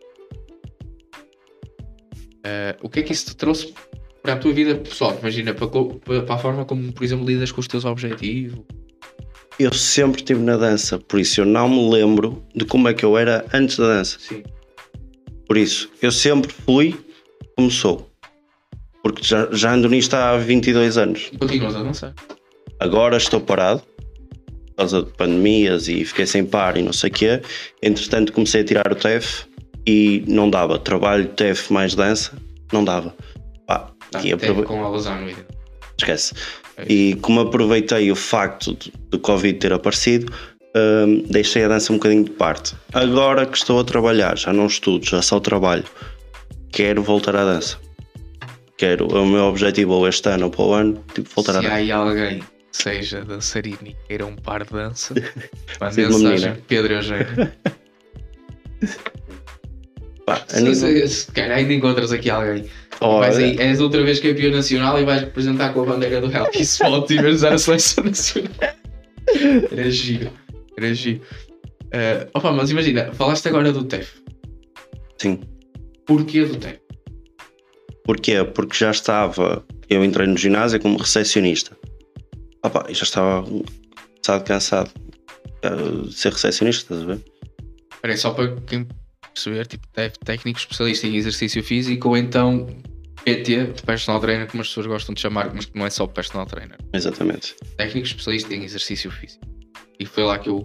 Uh, o que é que isso te trouxe para a tua vida pessoal? Imagina, para, para a forma como, por exemplo, lidas com os teus objetivos. Eu sempre estive na dança, por isso eu não me lembro de como é que eu era antes da dança. Sim. Por isso, eu sempre fui como sou. Porque já, já ando nisto há vinte e dois anos. E continuas a dançar. Agora estou parado, por causa de pandemias e fiquei sem par e não sei o quê. Entretanto comecei a tirar o T E F e não dava. Trabalho, T E F mais dança, não dava. Pá, Ah, e aprove... com aulas à noite. Esquece. É E como aproveitei o facto de, de Covid ter aparecido, hum, deixei a dança um bocadinho de parte. Agora que estou a trabalhar, já não estudo, já só trabalho, quero voltar à dança. Quero, o meu objetivo ou este ano ou para o ano, tipo, voltar Se à dança. há aí alguém que seja dançarino e queira um par de dança, manda Sim, uma mensagem, menina. Pedro Eugênio. Pá, a Se, nível- se, se calhar ainda encontras aqui alguém. Oh, Vais é- aí, és outra vez campeão nacional e vais representar com a bandeira do Help e Spot e vais usar a seleção nacional. Era giro. Era giro. Uh, opa, mas imagina, falaste agora do T E F. Sim. Porquê do T E F? Porquê? Porque já estava, eu entrei no ginásio como recepcionista. Opa, e já estava cansado, cansado uh, de ser recepcionista, estás a ver? Espera aí, só para quem perceber, tipo, T E F, técnico especialista em exercício físico, ou então P T, personal trainer, como as pessoas gostam de chamar, mas que não é só personal trainer. Exatamente. Técnico especialista em exercício físico. E foi lá que eu...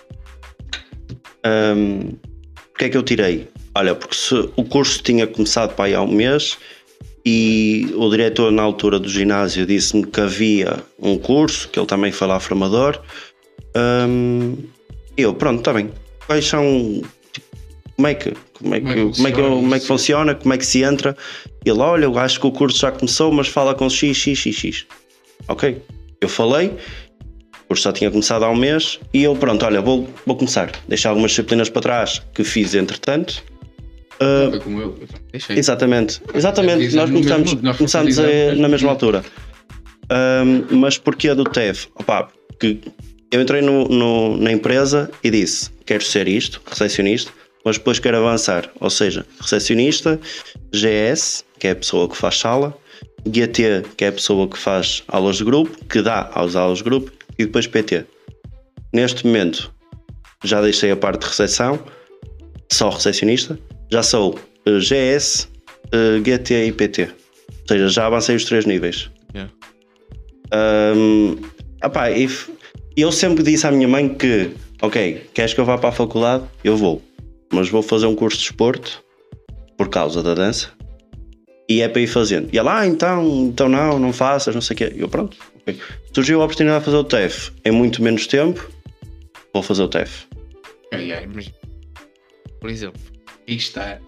Um, porque é que eu tirei? Olha, porque se o curso tinha começado para aí há um mês e o diretor na altura do ginásio disse-me que havia um curso, que ele também foi lá formador, um, e eu, pronto, está bem. Quais são... tipo, como é que, como é que, como é que, eu- como é que funciona, como é que se entra? E ele, olha, eu acho que o curso já começou, mas fala com X, X, X, X. Ok, eu falei, o curso já tinha começado há um mês e eu, pronto, olha, vou, vou começar. Deixar algumas disciplinas para trás que fiz entretanto. Uh, Foi como eu, eu deixei. exatamente, exatamente. Fizemos Nós no começamos, mesmo- nós começamos a- fizemos- na mesma altura. Um, mas porquê do T E F? Opa, que eu entrei no, no- na empresa e disse, quero ser isto, recepcionista, mas depois quero avançar. Ou seja, recepcionista, G S, que é a pessoa que faz sala, G T, que é a pessoa que faz aulas de grupo, que dá às aulas de grupo, e depois P T. Neste momento já deixei a parte de recepção, só recepcionista, já sou eh, G S, eh, G T e P T. Ou seja, já avancei os três níveis. Yeah. Um, opá, e f- eu sempre disse à minha mãe que, ok, queres que eu vá para a faculdade? Eu vou, mas vou fazer um curso de desporto por causa da dança e é para ir fazendo. E ela, ah, então, então não, não faças, não sei o quê. E eu, pronto, ok. Surgiu a oportunidade de fazer o T E F em muito menos tempo, vou fazer o T E F. Ai, ai, mas, por exemplo, aí está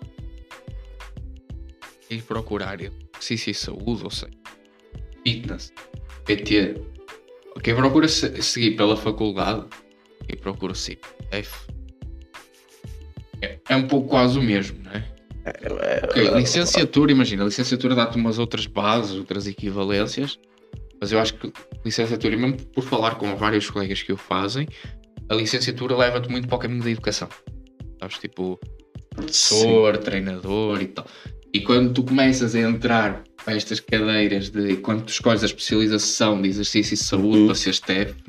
ir procurar exercício e saúde, ou seja, fitness, P T. Quem procura se- seguir pela faculdade e procura seguir F. É, é um pouco quase o mesmo, não é? É, Ok, licenciatura, imagina, a licenciatura dá-te umas outras bases, outras equivalências, mas eu acho que licenciatura, e mesmo por falar com vários colegas que o fazem, a licenciatura leva-te muito para o caminho da educação. Sabes, tipo, professor, sim, treinador e tal. E quando tu começas a entrar para estas cadeiras de, quando tu escolhes a especialização de exercício e saúde, uhum, para ser S T E F,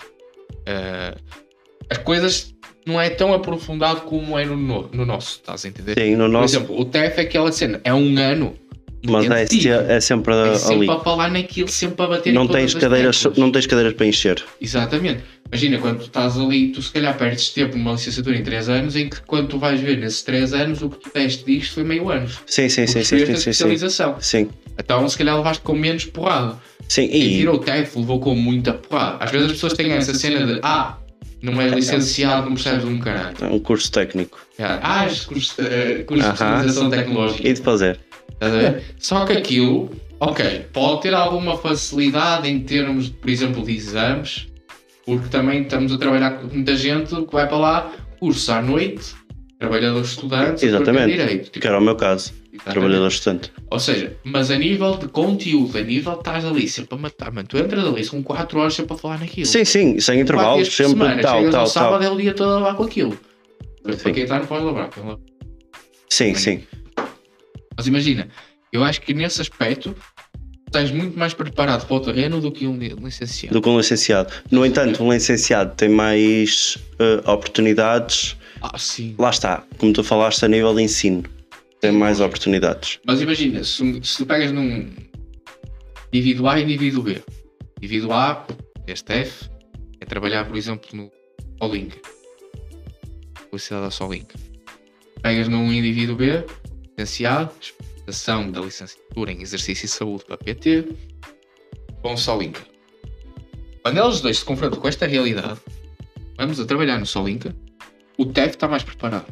uh, as coisas não é tão aprofundado como é no, no, no nosso, estás a entender? Sim, no nosso... Por exemplo, o T E F é aquela cena, é um ano, mas é, se, é sempre, é sempre ali. a falar naquilo, sempre a bater não em tens todas cadeiras, as teclas. Não tens cadeiras para encher. Exatamente. Imagina, quando tu estás ali, tu se calhar perdes tempo numa licenciatura em três anos, em que quando tu vais ver nesses três anos, o que tu deste disto foi meio ano. Sim, sim, sim, sim, sim, especialização. Sim. Então se calhar levaste com menos porrada. Sim, e... Quem tirou o T E F levou com muita porrada. Às vezes as pessoas têm essa cena de ah, não és licenciado, não percebes um caralho. É um curso técnico. Ah, este curso, uh, curso de especialização tecnológica. E de fazer. Só que aquilo, ok, pode ter alguma facilidade em termos, por exemplo, de exames, porque também estamos a trabalhar com muita gente que vai para lá, curso à noite, trabalhadores estudantes, exatamente, direito. Tipo, que era o meu caso, exatamente, trabalhador estudante. Ou seja, mas a nível de conteúdo, a nível estás ali sempre a matar, mano, tu entras ali, são quatro horas sempre a falar naquilo. Sim, sim, sem intervalos, sempre semana, tal, chegas tal, ao sábado tal. é o dia todo a lavar com aquilo. Para quem está não pode lavar. Sim, mas, sim. Mas imagina, eu acho que nesse aspecto estás muito mais preparado para o terreno do que um licenciado. Do que um licenciado. No entanto, um licenciado tem mais uh, oportunidades. Ah, sim. Lá está, como tu falaste, a nível de ensino. Tem mais oportunidades. Mas imagina, se, se tu pegas num indivíduo A e indivíduo B. Indivíduo A, este F, é trabalhar, por exemplo, no Solink. Publicidade da Solink. Pegas num indivíduo B, licenciado, especialização da licenciatura em exercício e saúde para P T, com o Solink. Quando eles dois se confrontam com esta realidade, vamos a trabalhar no Solink, o T E F está mais preparado.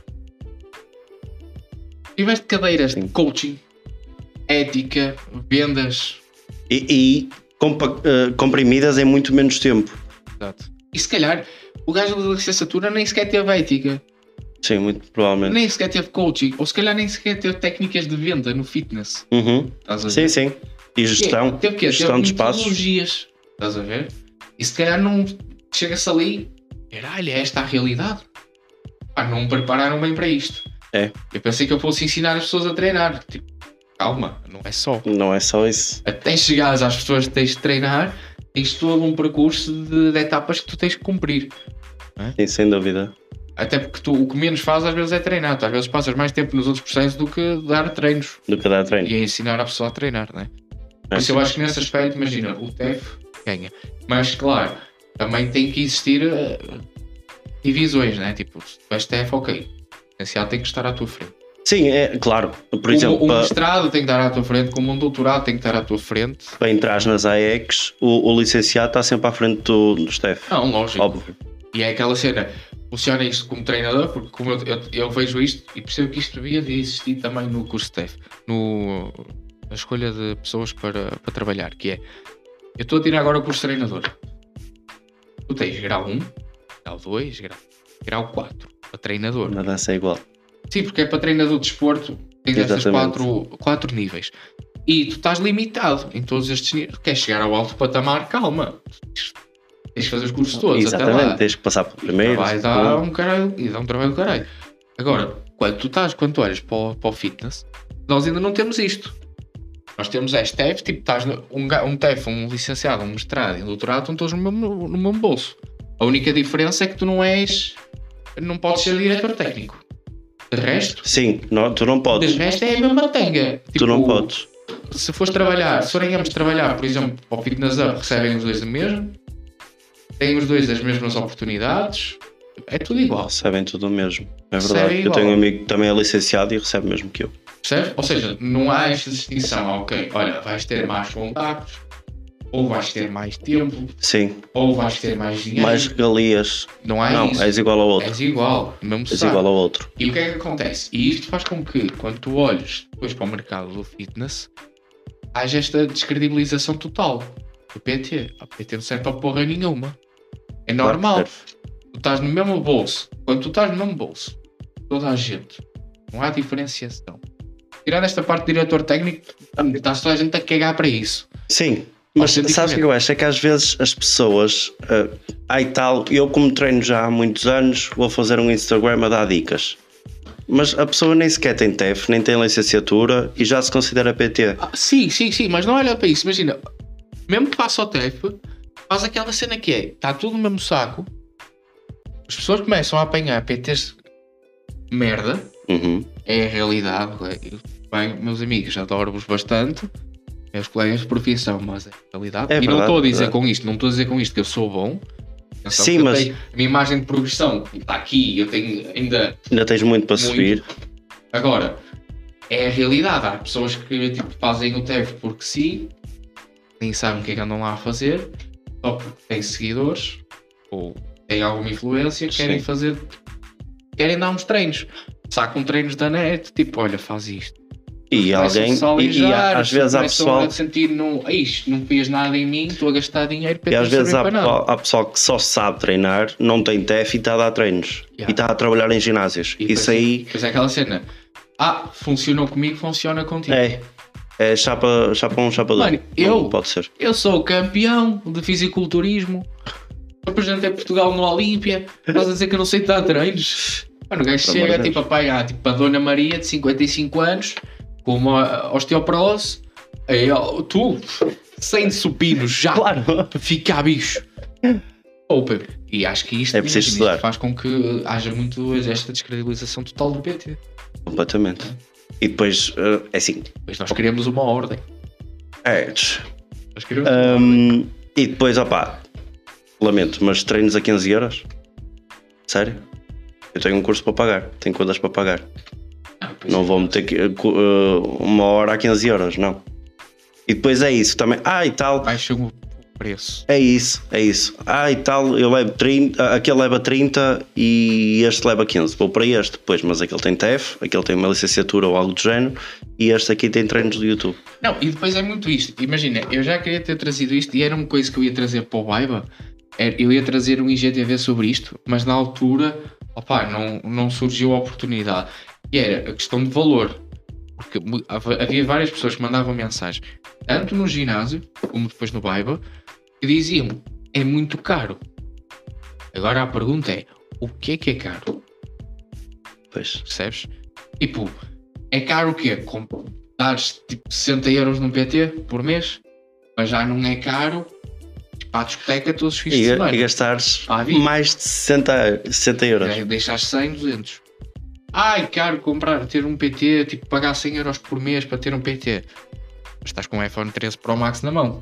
Tiveste cadeiras Sim. de coaching, ética, vendas. E, e compa, uh, comprimidas em muito menos tempo. Exato. E se calhar o gajo da licenciatura nem sequer teve ética. Sim, muito provavelmente. Nem sequer teve coaching. Ou se calhar nem sequer teve técnicas de venda no fitness. Uhum. Sim, sim. E gestão. E, teve quê? Gestão teve de espaços. Metodologias. Estás a ver? E se calhar não chega-se ali. Caralho, é esta a realidade? Pá, não me prepararam bem para isto. É. Eu pensei que eu fosse ensinar as pessoas a treinar. Tipo, calma, não é só. Não é só isso. Até chegares às pessoas que tens de treinar, tens todo um percurso de, de etapas que tu tens que cumprir. É? Sim, sem dúvida. Até porque tu, o que menos fazes às vezes é treinar. Tu às vezes passas mais tempo nos outros processos do que dar treinos. Do que dar treinos. E a ensinar a pessoa a treinar, não é? Por isso eu acho que nesse aspecto, imagina, o T E F ganha. Mas claro, também tem que existir uh, divisões, né? Tipo, se tu és T E F, ok. O licenciado tem que estar à tua frente. Sim, é claro. Por o, exemplo, um para... mestrado tem que estar à tua frente, como um doutorado tem que estar à tua frente. Para entrar nas A E Cs, o, o licenciado está sempre à frente do, do T E F. Não, lógico. Óbvio. E é aquela cena, funciona isto como treinador, porque como eu, eu, eu vejo isto e percebo que isto devia de existir também no curso T E F, no, na escolha de pessoas para, para trabalhar, que é, eu estou a tirar agora o curso de treinador. Tu tens grau um, grau dois, grau, grau quatro, para treinador. Na dança é igual. Sim, porque é para treinador de desporto, tens estes quatro, quatro níveis. E tu estás limitado em todos estes níveis. Queres chegar ao alto patamar, calma. Tens de fazer os cursos todos. Exatamente, até lá. Tens que passar pelo primeiro. Vai dar um caralho, e dá um trabalho do caralho. Agora, quando tu estás, quando tu olhas para o, para o fitness, nós ainda não temos isto. Nós temos este T E F, tipo, estás no, um, um T E F, um licenciado, um mestrado e um doutorado, estão todos no mesmo, no mesmo bolso. A única diferença é que tu não és, não podes ser diretor técnico. De resto, sim, não, tu não podes. De resto é a mesma tanga. Tipo, tu não podes. Se fores trabalhar, se forem ambos trabalhar, por exemplo, para o Fitness Hub, recebem os dois o mesmo, têm os dois as mesmas oportunidades, é tudo igual. Recebem tudo o mesmo, é verdade. Eu tenho um amigo que também é licenciado e recebe mesmo que eu. Percebes? Ou seja, não há esta distinção, ok, olha, vais ter mais contactos, ou vais ter mais tempo, sim, ou vais ter mais dinheiro. Mais regalias. Não há não, isso. És igual ao outro. És igual, mesmo És igual ao outro. E o que é que acontece? E isto faz com que, quando tu olhes depois para o mercado do fitness, haja esta descredibilização total do P T. A P T não serve para porra nenhuma. É normal. Claro, tu estás no mesmo bolso. Quando tu estás no mesmo bolso, toda a gente, não há diferenciação. tirando esta parte de diretor técnico, está toda a gente a cagar para isso. Sim, mas sabes o que eu acho? É que às vezes as pessoas, uh, ai tal, eu como treino já há muitos anos, vou fazer um Instagram a dar dicas. Mas a pessoa nem sequer tem T E F, nem tem licenciatura e já se considera P T. Ah, sim, sim, sim, mas não olha para isso. Imagina, mesmo que faça o T E F, faz aquela cena que é, está tudo no mesmo saco, as pessoas começam a apanhar P Ts merda, Uhum. é a realidade. Bem, meus amigos, adoro-vos bastante, meus colegas de profissão, mas é a realidade. É e verdade, não estou a dizer é. com isto, não estou a dizer com isto que eu sou bom. Atenção, Sim, eu mas- tenho a minha imagem de progressão está aqui, eu tenho ainda. Ainda tens muito para Muito. subir. Agora, é a realidade. Há pessoas que tipo, fazem o T E F porque sim, nem sabem o que é que andam lá a fazer, só porque têm seguidores ou têm alguma influência, querem Sim. fazer, querem dar uns treinos. Sacam treinos da net, tipo, olha, faz isto. E alguém, Começam-se a e, e aleijar, às vezes há começam pessoal, a sentir, não, isto não fez nada em mim, estou a gastar dinheiro para e às não vezes servir há, para nada. pessoal- há pessoal que só sabe treinar, não tem T E F e está a dar treinos. Yeah. E está a trabalhar em ginásios. E Isso depois- aí Depois é aquela cena, ah, funcionou comigo, funciona contigo. é, é chapa, chapa um, chapa dois. Mano, Não eu- pode ser. Eu sou campeão de fisiculturismo, representei Portugal no Olímpia, estás a dizer que eu não sei dar treinos? Mano, o gajo Pelo chega amor de tipo, a pagar tipo, a Dona Maria de cinquenta e cinco anos com uma osteoporose, aí, ó, tu, sem supinos já, Claro. para ficar bicho. Opa, e acho que isto, É preciso imagina, isto estudar. faz com que haja muito esta descredibilização total do P T. Completamente. E depois, eh, é assim, Mas nós queremos uma ordem. é, tch, Nós queremos uma ordem. hum, e depois, opá, lamento, mas treinos a quinze euros? Sério? Eu tenho um curso para pagar, tenho contas para pagar. Ah, pois Não é. vou meter que- cu- uh, uma hora a quinze euros, não. E depois é isso também. Ah, e tal, Baixa o preço. é isso, é isso. Ah, e tal, eu levo trinta, aquele leva trinta e este leva quinze. Vou para este, pois, mas aquele tem T E F, aquele tem uma licenciatura ou algo do género e este aqui tem treinos do YouTube. Não, e depois é muito isto. Imagina, eu já queria ter trazido isto e era uma coisa que eu ia trazer para o Baiba. Era- Eu ia trazer um I G T V sobre isto, mas na altura, opá, não, não surgiu a oportunidade. E era a questão de valor. Porque mu- hava- havia várias pessoas que mandavam mensagem, tanto no ginásio como depois no Baiba, que diziam, é muito caro. Agora a pergunta é, o que é que é caro? Pois. Percebes? Tipo, é caro o quê? Com- Dares tipo sessenta euros num P T por mês, mas já não é caro para a discoteca todos os fins de E, semana. e gastares Ah, vi. mais de sessenta, sessenta euros. É, deixas cem, duzentos. Ai, caro comprar, ter um P T, tipo pagar cem euros por mês para ter um P T. Mas estás com um iPhone treze Pro Max na mão,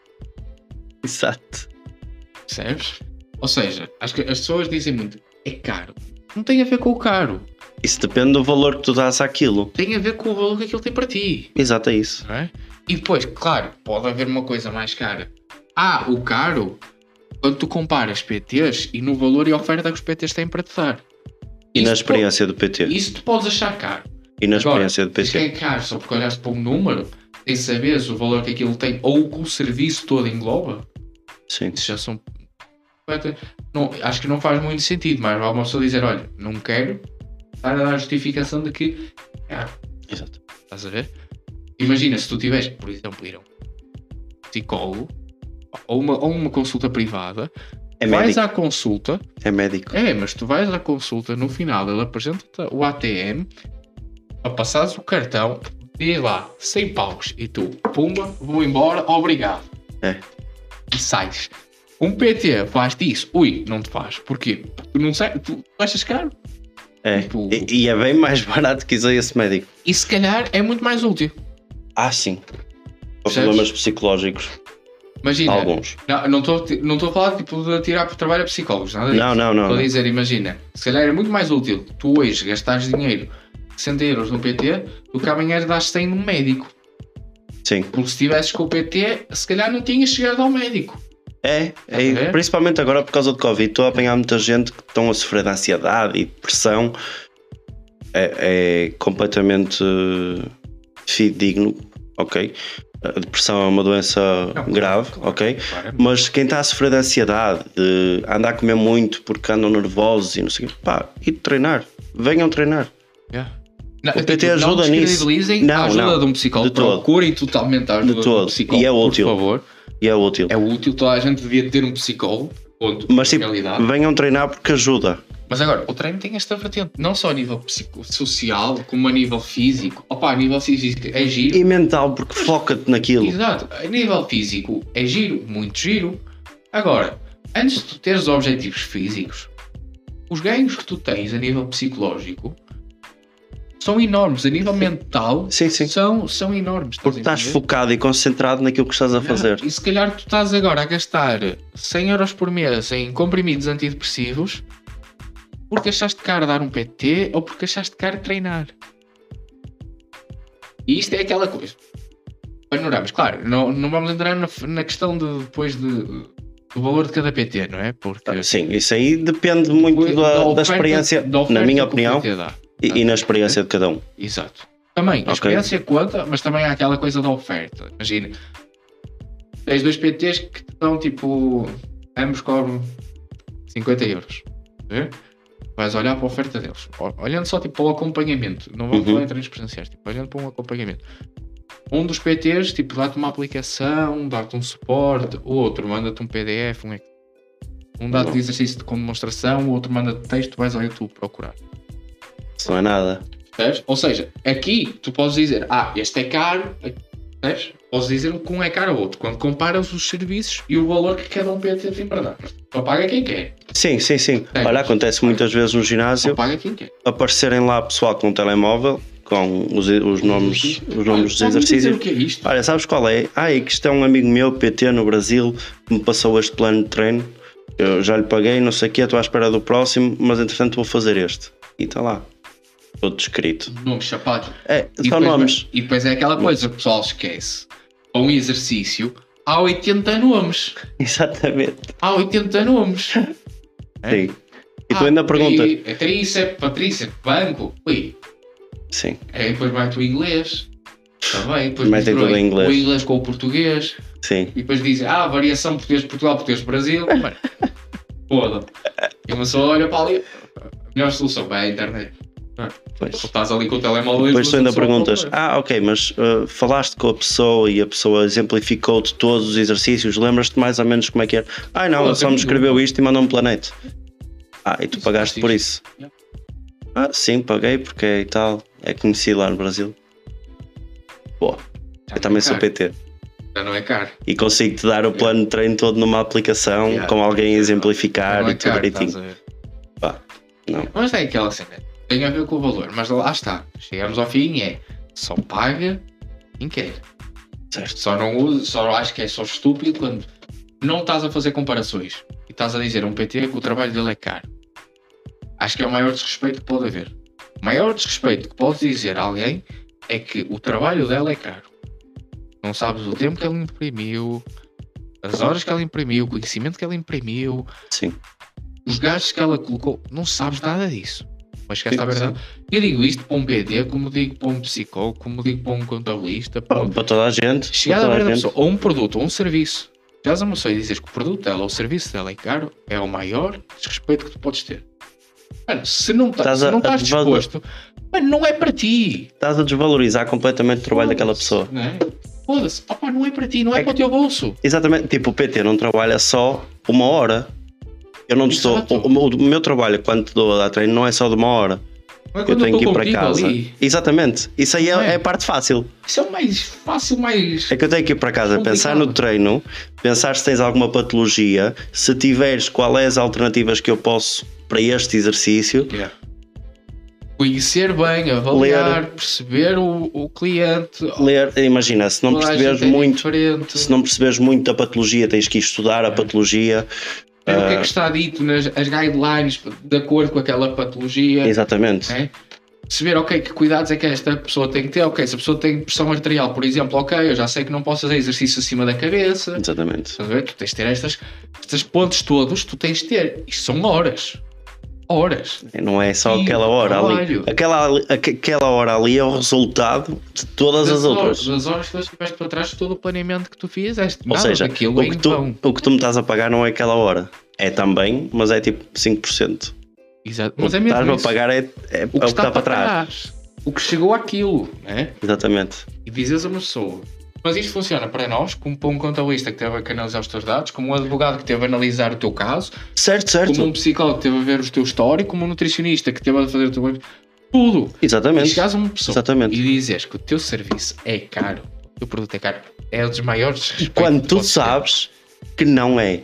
Exato. percebes? Ou seja, acho que as pessoas dizem muito, é caro. Não tem a ver com o caro, Isso depende do valor que tu dás àquilo. tem a ver com o valor que aquilo tem para ti. Exato, é isso. Não é? E depois, claro, pode haver uma coisa mais cara. Ah, o caro, quando tu comparas P Ts e no valor e oferta que os P Ts têm para te dar. E na Isso experiência do P T. tu- Isso tu podes achar caro. E na Agora, experiência do P se é T. caro só porque olhaste para um número, sem saberes o valor que aquilo tem ou o que o serviço todo engloba, Sim. isso já são... Não, acho que não faz muito sentido, mas vai uma pessoa dizer, olha, não quero estar a dar a justificação de que é caro. Exato. Estás a ver? Imagina se tu tiveres, por exemplo, ir a um psicólogo ou uma, ou uma consulta privada, É vais médico. à consulta, É médico. é, mas tu vais à consulta, no final ele apresenta-te o A T M, para passares o cartão, diz lá, cem paus, e tu, pumba, vou embora, obrigado. É. E sais. Um P T faz-te isso, ui, não te faz. Porquê? Tu não sei, tu achas caro? É. Tipo- E, e é bem mais barato que isso aí esse médico. E se calhar é muito mais útil. Ah, sim. Para Percebes? problemas psicológicos. Imagina, Alguns. não não estou não estou a falar tipo, de tirar por trabalho a psicólogos, nada disso. Não, não, não. Estou a não. dizer, imagina, se calhar é muito mais útil tu hoje gastares dinheiro sessenta euros no P T do que amanhã das cem num médico. Sim. Porque se estivesses com o P T, se calhar não tinhas chegado ao médico. É, a é ver? principalmente agora por causa do Covid. Estou a apanhar muita gente que estão a sofrer de ansiedade e depressão. É, é completamente uh, fidedigno, ok? A depressão é uma doença Não, grave, claro, ok? claro. Mas quem está a sofrer de ansiedade, de andar a comer muito porque andam nervosos e não sei o quê, pá, e de treinar. Venham treinar. Yeah. Não, O P T tipo, ajuda não nisso. descredibilizem Não, a ajuda não, de um psicólogo. de todo. Procurem totalmente a ajuda De de, um todo. psicólogo, E é útil. por favor. E é útil. É útil, toda a gente devia ter um psicólogo. Ponto, Mas na tipo, realidade. venham treinar porque ajuda. Mas agora, o treino tem esta vertente, não só a nível psicossocial, como a nível físico. Opa, a nível físico é giro. E mental, porque foca-te naquilo. Exato. A nível físico é giro, muito giro. Agora, antes de tu teres objetivos físicos, os ganhos que tu tens a nível psicológico são enormes. A nível mental Sim, sim. São, são enormes. Porque estás entender? focado e concentrado naquilo que estás a fazer. E se calhar tu estás agora a gastar cem euros por mês em comprimidos antidepressivos porque achaste caro dar um P T ou porque achaste caro treinar. E isto é aquela coisa. Panoramas, claro, não, não vamos entrar na, na questão de depois de, do valor de cada P T, não é? Porque Sim, isso aí depende muito da, da, da oferta- experiência, da oferta na minha que o opinião, P T dá. e, e na experiência de cada um. Exato. Também, a Ok. experiência conta, mas também há aquela coisa da oferta. Imagina, tens dois P Ts que te dão tipo, ambos cobram cinquenta euros. Vê? Vais olhar para a oferta deles, Ol- olhando só tipo para o acompanhamento, não vamos Uhum. falar em treinos presenciais, tipo, olhando para um acompanhamento. Um dos P Ts, tipo, dá-te uma aplicação, dá-te um suporte, o outro manda-te um P D F, um, um dá-te Não. exercício de com demonstração, o outro manda-te texto, vais ao YouTube procurar. Isso não é nada. Percebes? Ou seja, aqui tu podes dizer, ah, este é caro, percebes? Podes dizer que um é caro ao outro, quando comparas os serviços e o valor que cada um P T tem para dar. Só paga quem quer. Sim, sim, sim. É. Olha, acontece muitas vezes no Só ginásio paga quem quer. aparecerem lá pessoal com um telemóvel, com os, os nomes, os nomes dos Olha, pode-me dizer exercícios. o que é isto? Olha, sabes qual é? Ah, é que isto é um amigo meu, P T no Brasil, que me passou este plano de treino. Eu já lhe paguei, não sei o quê, estou à espera do próximo, mas entretanto vou fazer este. E está lá. Todo descrito. Nomes chapados. É, E só depois, nomes. e depois é aquela coisa que o pessoal esquece. Para um exercício, há oitenta nomes. Exatamente. Há oitenta nomes. É? Sim. E tu Ah, ainda pergunta. E, é tríceps, patríceps, banco. Ui. Sim. É, depois vai-te o inglês. Também. Depois Metem mistura tudo em inglês. o inglês com o português. Sim. E depois dizem, ah, variação português-Portugal, português-Brasil. Mano, foda. E uma pessoa olha para ali. A melhor solução vai à internet. Pois. Tu estás ali com o telemóvel e Depois tu uma ainda solução perguntas, qualquer. ah, ok, mas uh, falaste com a pessoa e a pessoa exemplificou-te todos os exercícios, lembras-te mais ou menos como é que era? Ah, não, Pô, ele só me tem escreveu dúvida. isto e mandou um planete. Ah, e tu Isso pagaste faz por isto. isso? Yeah. Ah, sim, paguei porque é e tal, é conhecido lá no Brasil. Pô, Já eu também não é sou caro. P T Já não é caro. e consigo-te dar o plano de treino todo numa aplicação Yeah. com alguém a Já exemplificar não é e tudo caro, direitinho. estás a ver? Pá, não. Mas é aquela cena. Tem a ver com o valor. Mas lá está. Chegamos ao fim e é só paga quem quer. Certo. Só não usa, só acho que é só estúpido quando não estás a fazer comparações e estás a dizer a um P T que o trabalho dele é caro. Acho que é o maior desrespeito que pode haver. O maior desrespeito que podes dizer a alguém é que o trabalho dela é caro. Não sabes o tempo que ela imprimiu, as horas que ela imprimiu, o conhecimento que ela imprimiu, Sim. os gastos que ela colocou. Não sabes nada disso. Mas que esta é a verdade. Eu digo isto para um P D, como digo para um psicólogo, como digo para um contabilista, para um... Para toda a gente. Chegar para a toda ver a da gente. pessoa, ou um produto, ou um serviço. Chegas a uma pessoa e dizes que o produto dela ou o serviço dela é caro, é o maior desrespeito que tu podes ter. Mano, se não, tá, Estás se a- não a estás desvalorizar. disposto, mano, não é para ti. Estás a desvalorizar completamente o trabalho daquela Foda-se, pessoa. Não é? Foda-se, opa, não é para ti, não é, É para o teu bolso. Exatamente, tipo, o P T não trabalha só uma hora. Eu não te estou. Exato. O, o- o meu trabalho, quando te dou a dar treino, não é só de uma hora. Não é Eu quando tenho que ir estou para contigo casa. ali. Exatamente. Isso aí é, Não é? é a parte fácil. Isso é o mais fácil, mais. É que eu tenho que ir para casa, Complicado. pensar no treino, pensar se tens alguma patologia, se tiveres, qual é as alternativas que eu posso para este exercício. Yeah. Conhecer bem, avaliar, perceber o, o cliente. Ler, imagina, se não Toda a perceberes gente é muito, diferente. se não perceberes muito da patologia, tens que ir estudar a patologia. Ver o que é Ah, que está dito nas as guidelines de acordo com aquela patologia. Exatamente. É? Perceber, ok, que cuidados é que esta pessoa tem que ter. Ok, se a pessoa tem pressão arterial, por exemplo, ok, eu já sei que não posso fazer exercício acima da cabeça. Exatamente. Estás a ver? Tu tens de ter estas, estes pontos todos, tu tens de ter. Isto são horas. Horas. Não é só E aquela o hora ali. trabalho. Aquela, ali- aque- aquela hora ali é o resultado de todas as Das outras. horas, das horas que tu estiveste para trás de todo o planeamento que tu fizeste. Ou Nada seja, daquilo o é que, em tu, vão. o que tu me estás a pagar não é aquela hora. É também, mas é tipo cinco por cento. Exato. O Mas que é mesmo estás-me a isso. pagar é, é O que está, para trás. O o que chegou àquilo, né? Exatamente. E dizes a uma pessoa. Mas isto funciona para nós, como para um contabilista que teve a analisar os teus dados, como um advogado que teve a analisar o teu caso, Certo, certo. como um psicólogo que teve a ver o teu histórico, como um nutricionista que teve a fazer o teu... Tudo. Exatamente. E chegares a uma pessoa Exatamente. e dizes que o teu serviço é caro, o teu produto é caro, é um dos maiores respeitos Quando que tu podes ter. sabes que não é.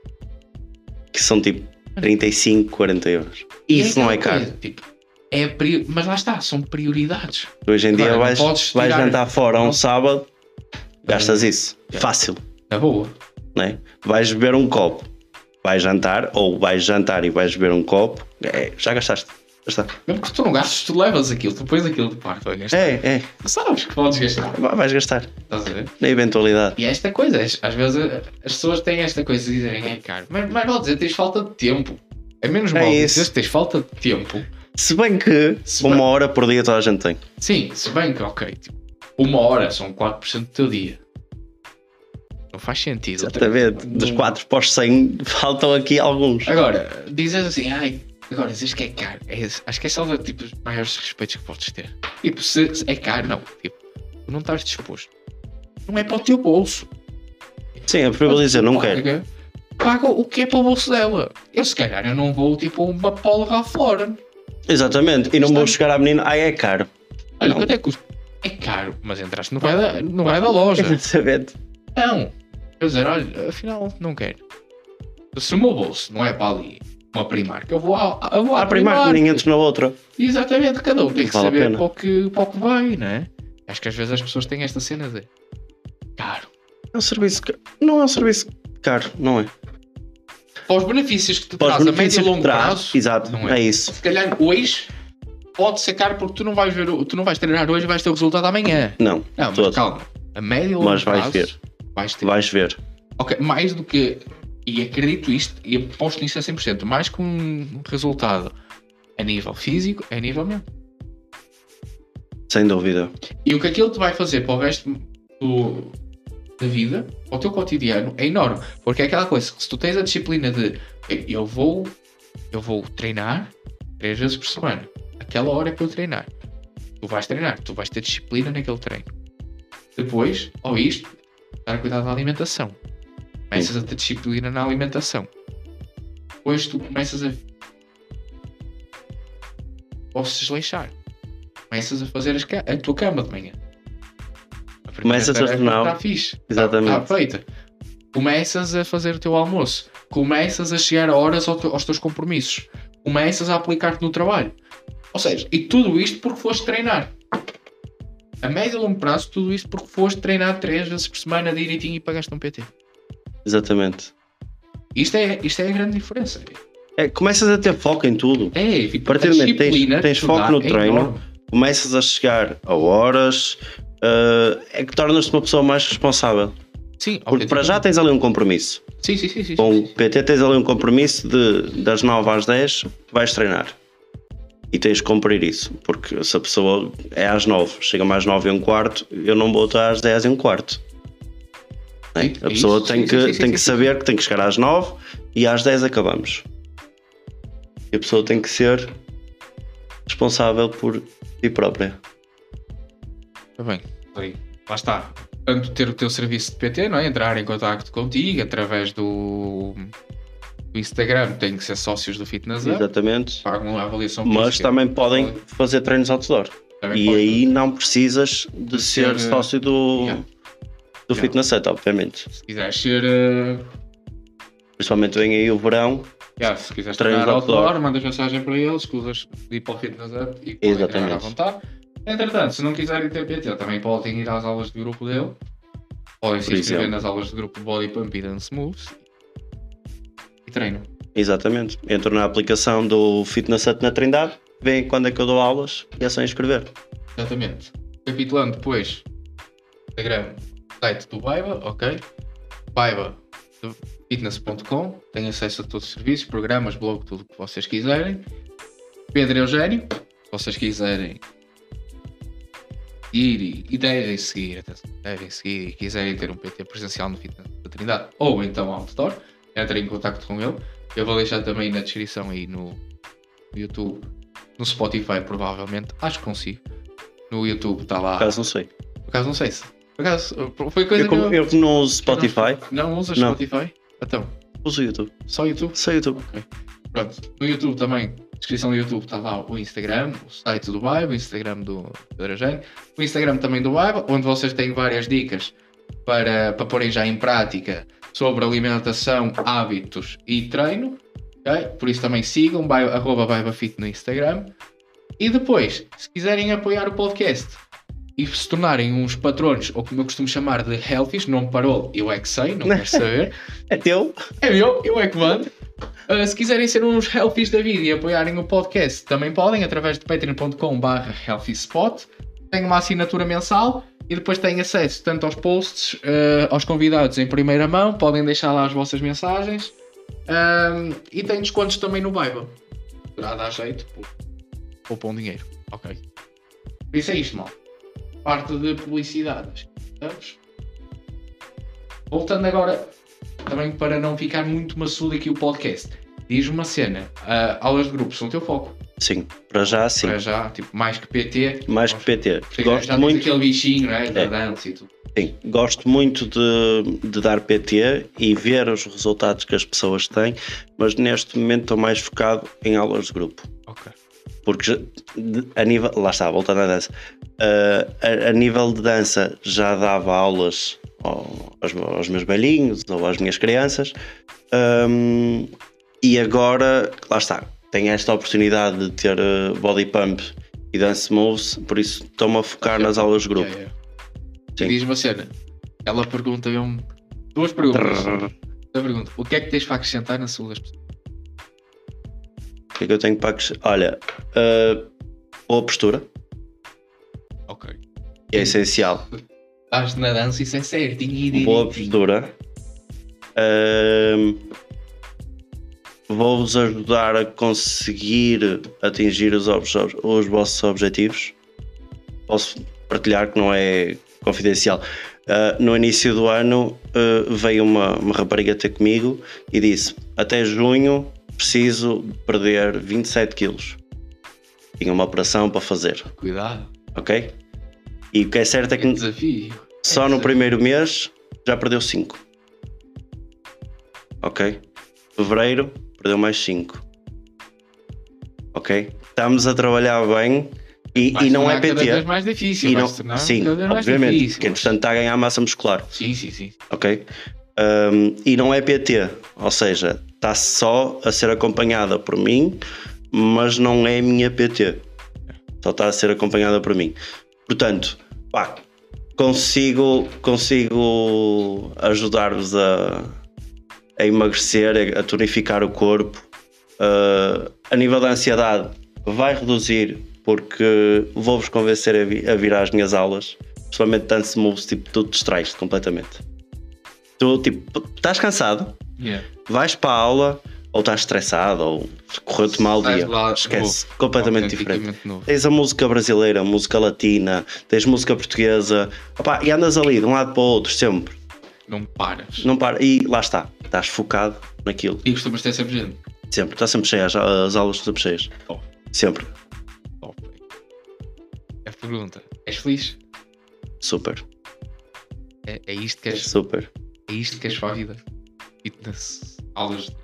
Que são tipo trinta e cinco, quarenta euros. E Isso não é aquela caro. coisa, tipo, é prior... Mas lá está, são prioridades. Tu hoje em dia Agora, não vais, podes vais tirar- jantar fora um não- sábado, gastas isso. Yeah. Fácil. Na boa. Né? Vais beber um copo, vais jantar, ou vais jantar e vais beber um copo, é, já gastaste. Já está. Mesmo que tu não gastes, tu levas aquilo, tu pões aquilo de parte a gastar. É, é. Tu sabes que podes gastar. Vai- Vais gastar. Estás a ver? Na eventualidade. E é esta coisa, as- às vezes eh, as pessoas têm esta coisa de dizerem é caro. Mas, mas vale dizer, tens falta de tempo. É menos É mal isso. dizer que tens falta de tempo. Se bem que Se uma bem- hora por dia toda a gente tem. Sim, se bem que, ok, tipo, uma hora são quatro por cento do teu dia. Não faz sentido. Exatamente. Dos Não- quatro para os cem, faltam aqui alguns. Agora, dizes assim, ai, agora dizes que é caro. É, acho que é só de, tipo, os maiores respeitos que podes ter. Tipo, se, se é caro, não. Tipo, tu não estás disposto. Não é para o teu bolso. Sim, é preferível dizer, não quero. Paga, paga o que é para o bolso dela. Eu, se calhar, eu não vou, tipo, uma pola lá fora. Exatamente. E não vou Está- chegar à menina, ai é caro. Olha, Não. quanto é que custa? É caro, mas entraste no vai da, no vai da loja. Exatamente. Não. Eu dizer, olha, afinal, não quero. Se o meu bolso não é para ali, uma Primark, eu vou à, eu vou à Há primeiro que nem entres na outra. Exatamente, cada um tem que Vale a saber pena. para o, que, para o que vai, não é? Acho que às vezes as pessoas têm esta cena de caro. É um serviço caro. Não é um serviço caro, não é? Para os benefícios que te Para os traz a médio benefícios e que longo traz, prazo, exato, não é isso. Se calhar hoje pode ser caro porque tu não vais ver, o- tu não vais treinar hoje e vais ter o resultado amanhã. Não, Não, mas todo. calma. A médio e longo Mas vais prazo ver. vais ter. Vais ver. Ok, mais do que, e acredito isto, e aposto nisso a cem por cento, mais que um resultado a nível físico, é a nível mesmo. Sem dúvida. E o que aquilo te vai fazer para o resto do, da vida, para o teu cotidiano, é enorme. Porque é aquela coisa, que se tu tens a disciplina de eu vou, eu vou treinar três vezes por semana, aquela hora é para eu treinar. Tu vais treinar, tu vais ter disciplina naquele treino. Depois, ou isto, estar a cuidar da alimentação. Começas a ter disciplina na alimentação. Depois tu começas a podes desleixar. Começas a fazer as ca- a tua cama de manhã. A primeira Começas a tarefa tornar- Está fixe. Exatamente. Está feita. Começas a fazer o teu almoço. Começas a chegar a horas ao teu- aos teus compromissos. Começas a aplicar-te no trabalho. Ou seja, e tudo isto porque foste treinar. A médio e longo prazo, tudo isto porque foste treinar três vezes por semana direitinho e pagaste um P T. Exatamente. Isto é, isto é a grande diferença. É, começas a ter foco em tudo. É, tipo, A partir do momento que tens- disciplina tens que tu foco dá no é treino, enorme. Começas a chegar a horas, eh, é que tornas-te uma pessoa mais responsável. Sim, Porque para já tens ali um compromisso. Sim, sim, sim. sim, Com sim. o P T tens ali um compromisso de das nove às dez vais treinar. E tens de cumprir isso. Porque se a pessoa é às nove, chega-me às nove e um quarto, eu não vou estar às dez e um quarto. Né? Sim, A é pessoa isso. tem Sim, que, sim, sim, tem sim, que sim. saber que tem que chegar às nove e às dez acabamos. E a pessoa tem que ser responsável por si própria. Está bem. Aí, lá está. Tanto ter o teu serviço de P T, não é? Entrar em contacto contigo através do, do Instagram, tem que ser sócios do Fitness Up, Exatamente. pagam a avaliação Mas física. também podem Podem. fazer treinos outdoor. Também E podem. aí não precisas de De ser ser, sócio do, yeah. do Yeah. Fitness Set, obviamente. Se quiseres ser. Uh, Principalmente vem aí o verão. yeah, se quiseres Treinos treinar outdoor, outdoor. mandas mensagem para eles, escusas de ir para o Fitness Up e podem treinar à Exatamente. vontade. Entretanto, se não quiserem ter P T, também podem ir às aulas de grupo dele. Podem se Por inscrever exemplo. nas aulas de grupo de Body Pump e Dance Moves e treinam. Exatamente. Entro na aplicação do Fitness Set na Trindade, veem quando é que eu dou aulas e é só inscrever. Exatamente. Capitulando depois, Instagram, site do Baiba, ok? Baiba fitness ponto com, tem acesso a todos os serviços, programas, blog, tudo o que vocês quiserem. Pedro Eugénio, se vocês quiserem ir e, e devem seguir, atenção, devem seguir e quiserem ter um P T presencial no Fitness da Trindade ou então outdoor, entrem em contato com ele. Eu vou deixar também na descrição aí no YouTube, no Spotify provavelmente, acho que consigo. no YouTube, está lá. Por acaso não sei. Por acaso não sei se. Por acaso, foi coisa Eu, como, que eu... eu não uso Spotify. Não usas Não. Spotify? Então, Uso o YouTube. só YouTube? Só YouTube. Ok. Pronto, no YouTube também, descrição do YouTube está lá o Instagram, o site do Bible, o Instagram do Pedro Eugênio, o Instagram também do Bible, onde vocês têm várias dicas para, para porem já em prática sobre alimentação, hábitos e treino. Okay? Por isso também sigam, Bible, arroba BibleFit no Instagram. E depois, se quiserem apoiar o podcast e se tornarem uns patronos, ou como eu costumo chamar de healthies, não me parou, eu é que sei, não quero saber. É teu? É meu, eu é que mando. Uh, se quiserem ser uns healthies da vida e apoiarem o podcast, também podem, através de patreon ponto com barra healthyspot. Tem uma assinatura mensal e depois têm acesso tanto aos posts, uh, aos convidados em primeira mão, podem deixar lá as vossas mensagens. Um, e tem descontos também no Bible. Poderá dar jeito, poupam dinheiro. Ok. Por isso é isto, mal. Parte de publicidade. Estamos? Voltando agora, também para não ficar muito maçudo aqui o podcast. Diz uma cena, uh, aulas de grupo são o teu foco? Sim, para já sim. Para já, tipo, mais que P T. Mais que P T. Porque Gosto já muito. tens aquele bichinho, não é? Da É. dança e tudo. Sim, gosto muito de, de dar P T e ver os resultados que as pessoas têm, mas neste momento estou mais focado em aulas de grupo. Ok. Porque já- de- a nível, lá está, voltando à dança, uh, a, a nível de dança já dava aulas ao- aos, aos meus velhinhos ou às minhas crianças, um, e agora, lá está, tenho esta oportunidade de ter uh, body pump e dance moves, por isso estou-me a focar nas aulas de grupo. Yeah, yeah. Sim. Diz uma cena. Ela pergunta mesmo duas perguntas. A pergunta: o que é que tens para acrescentar na saúde das pessoas? O que é que eu tenho para acrescentar? Olha, uh, boa postura, Ok. que é essencial. Estás na dança, isso é certinho e direitinho. Boa postura. Ahm, Vou-vos ajudar a conseguir atingir os, obje- os vossos objetivos. Posso partilhar que não é confidencial. Ah, no início do ano ah, veio uma, uma rapariga ter comigo e disse: até junho preciso perder vinte e sete quilos. Tinha uma operação para fazer, Cuidado. ok? E o que é certo é Que que desafio. só no primeiro mês já perdeu cinco. Ok? Fevereiro perdeu mais cinco. Ok? Estamos a trabalhar bem e, Vai e não se é tornar cada vez P T. mais difícil. E vai não, se tornar sim, cada vez mais obviamente, difícil. porque entretanto está a ganhar massa muscular. Sim, sim, sim. Ok? Um, e não é P T, ou seja, está só a ser acompanhada por mim, mas não é a minha P T. Só está a ser acompanhada por mim. Portanto, pá, consigo, consigo ajudar-vos a, a emagrecer, a tonificar o corpo. Uh, a nível da ansiedade, vai reduzir, porque vou-vos convencer a, vi, a vir às minhas aulas, principalmente dance moves, tipo, tu te distrais completamente. Tu, tipo, estás cansado, Yeah. vais para a aula, ou estás estressado, ou correu-te mal o Sais dia, de lá esquece, novo, completamente diferente. autenticamente novo. Tens a música brasileira, a música latina, tens música portuguesa, opá, e andas ali de um lado para o outro, sempre, Não paras. não para, e lá está, estás focado naquilo, E costumas ter sempre gente. sempre, está sempre cheia, as, as aulas estão sempre cheias, Top. sempre, Top. A pergunta: és feliz? super, É, é isto que és, super. é isto que és para a vida? Fitness, aulas de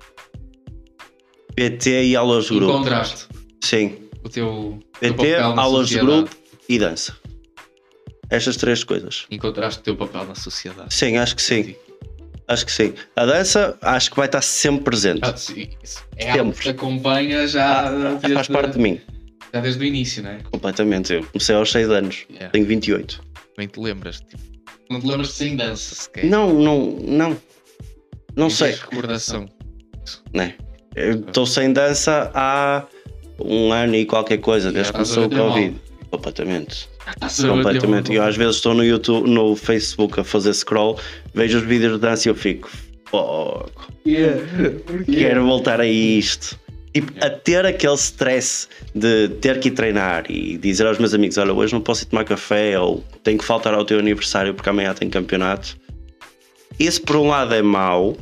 P T e aulas de grupo, Encontraste sim, o teu, P teu T, papel na aulas de sociedade. grupo e dança, estas três coisas. Encontraste o teu papel na sociedade. Sim, acho que sim. Acho que sim. A dança acho que vai estar sempre presente. Ah, sim, isso. É algo Sempre. que te acompanha já, Ah, desde, faz parte de mim, já desde o início, não é? completamente. Eu comecei aos seis anos, Yeah. tenho vinte e oito. Bem te lembras, tipo, não te lembras de sem dança sequer. Não, não, não. Não sei, tens recordação. né? Eu estou sem dança há um ano e qualquer coisa, desde que estás a começou o bater mal. Covid. Completamente. Estás a bater Completamente. mal. Eu às vezes estou no YouTube, no Facebook a fazer scroll, vejo os vídeos de dança e eu fico, fogo, Yeah. Porquê? quero voltar a isto. Tipo, a ter aquele stress de ter que ir treinar e dizer aos meus amigos: olha, hoje não posso ir tomar café, ou tenho que faltar ao teu aniversário porque amanhã tem campeonato. Isso por um lado é mau,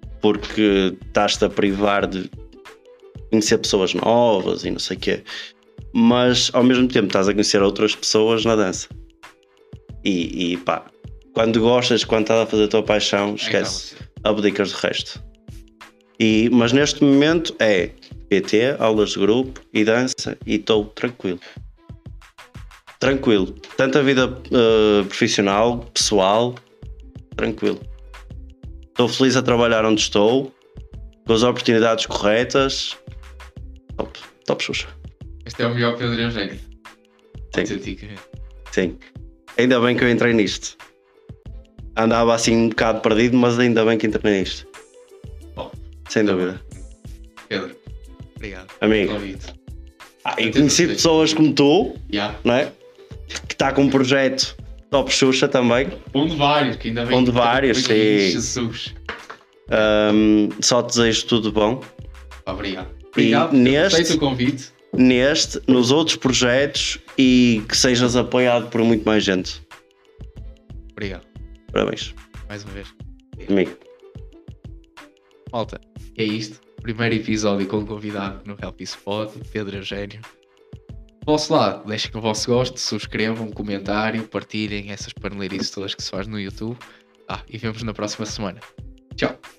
porque estás-te a privar de conhecer pessoas novas e não sei o quê. mas ao mesmo tempo estás a conhecer outras pessoas na dança. E, e pá, quando gostas, quando estás a fazer a tua paixão, esquece, abdicas do resto. E, mas neste momento é P T, aulas de grupo e dança, e estou tranquilo. Tranquilo. Tanto a vida uh, profissional, pessoal, tranquilo. Estou feliz a trabalhar onde estou, com as oportunidades corretas. Top, top Xuxa. Este é o melhor Pedro Eugênio. Sim. Sim. Ainda bem que eu entrei nisto. Andava assim um bocado perdido, mas ainda bem que entrei nisto. Bom, sem dúvida. Pedro, obrigado. Amigo. Ah, e conheci pessoas como tu, yeah. Não é? Que está com um projeto Top Xuxa também. Um de vários, que ainda bem. Um de vários, sim. Jesus. Um, só te desejo tudo bom. Obrigado. Obrigado. E neste, aceito o convite. Neste, nos outros projetos e que sejas apoiado por muito mais gente. Obrigado. Parabéns. Mais uma vez. Amigo. Malta, é isto. Primeiro episódio com o convidado no Help Spot, Pedro Eugênio. Do vosso lado, deixem o vosso gosto, subscrevam, um comentário, partilhem essas paneleirices todas que se faz no YouTube. Ah, e vemos na próxima semana. Tchau.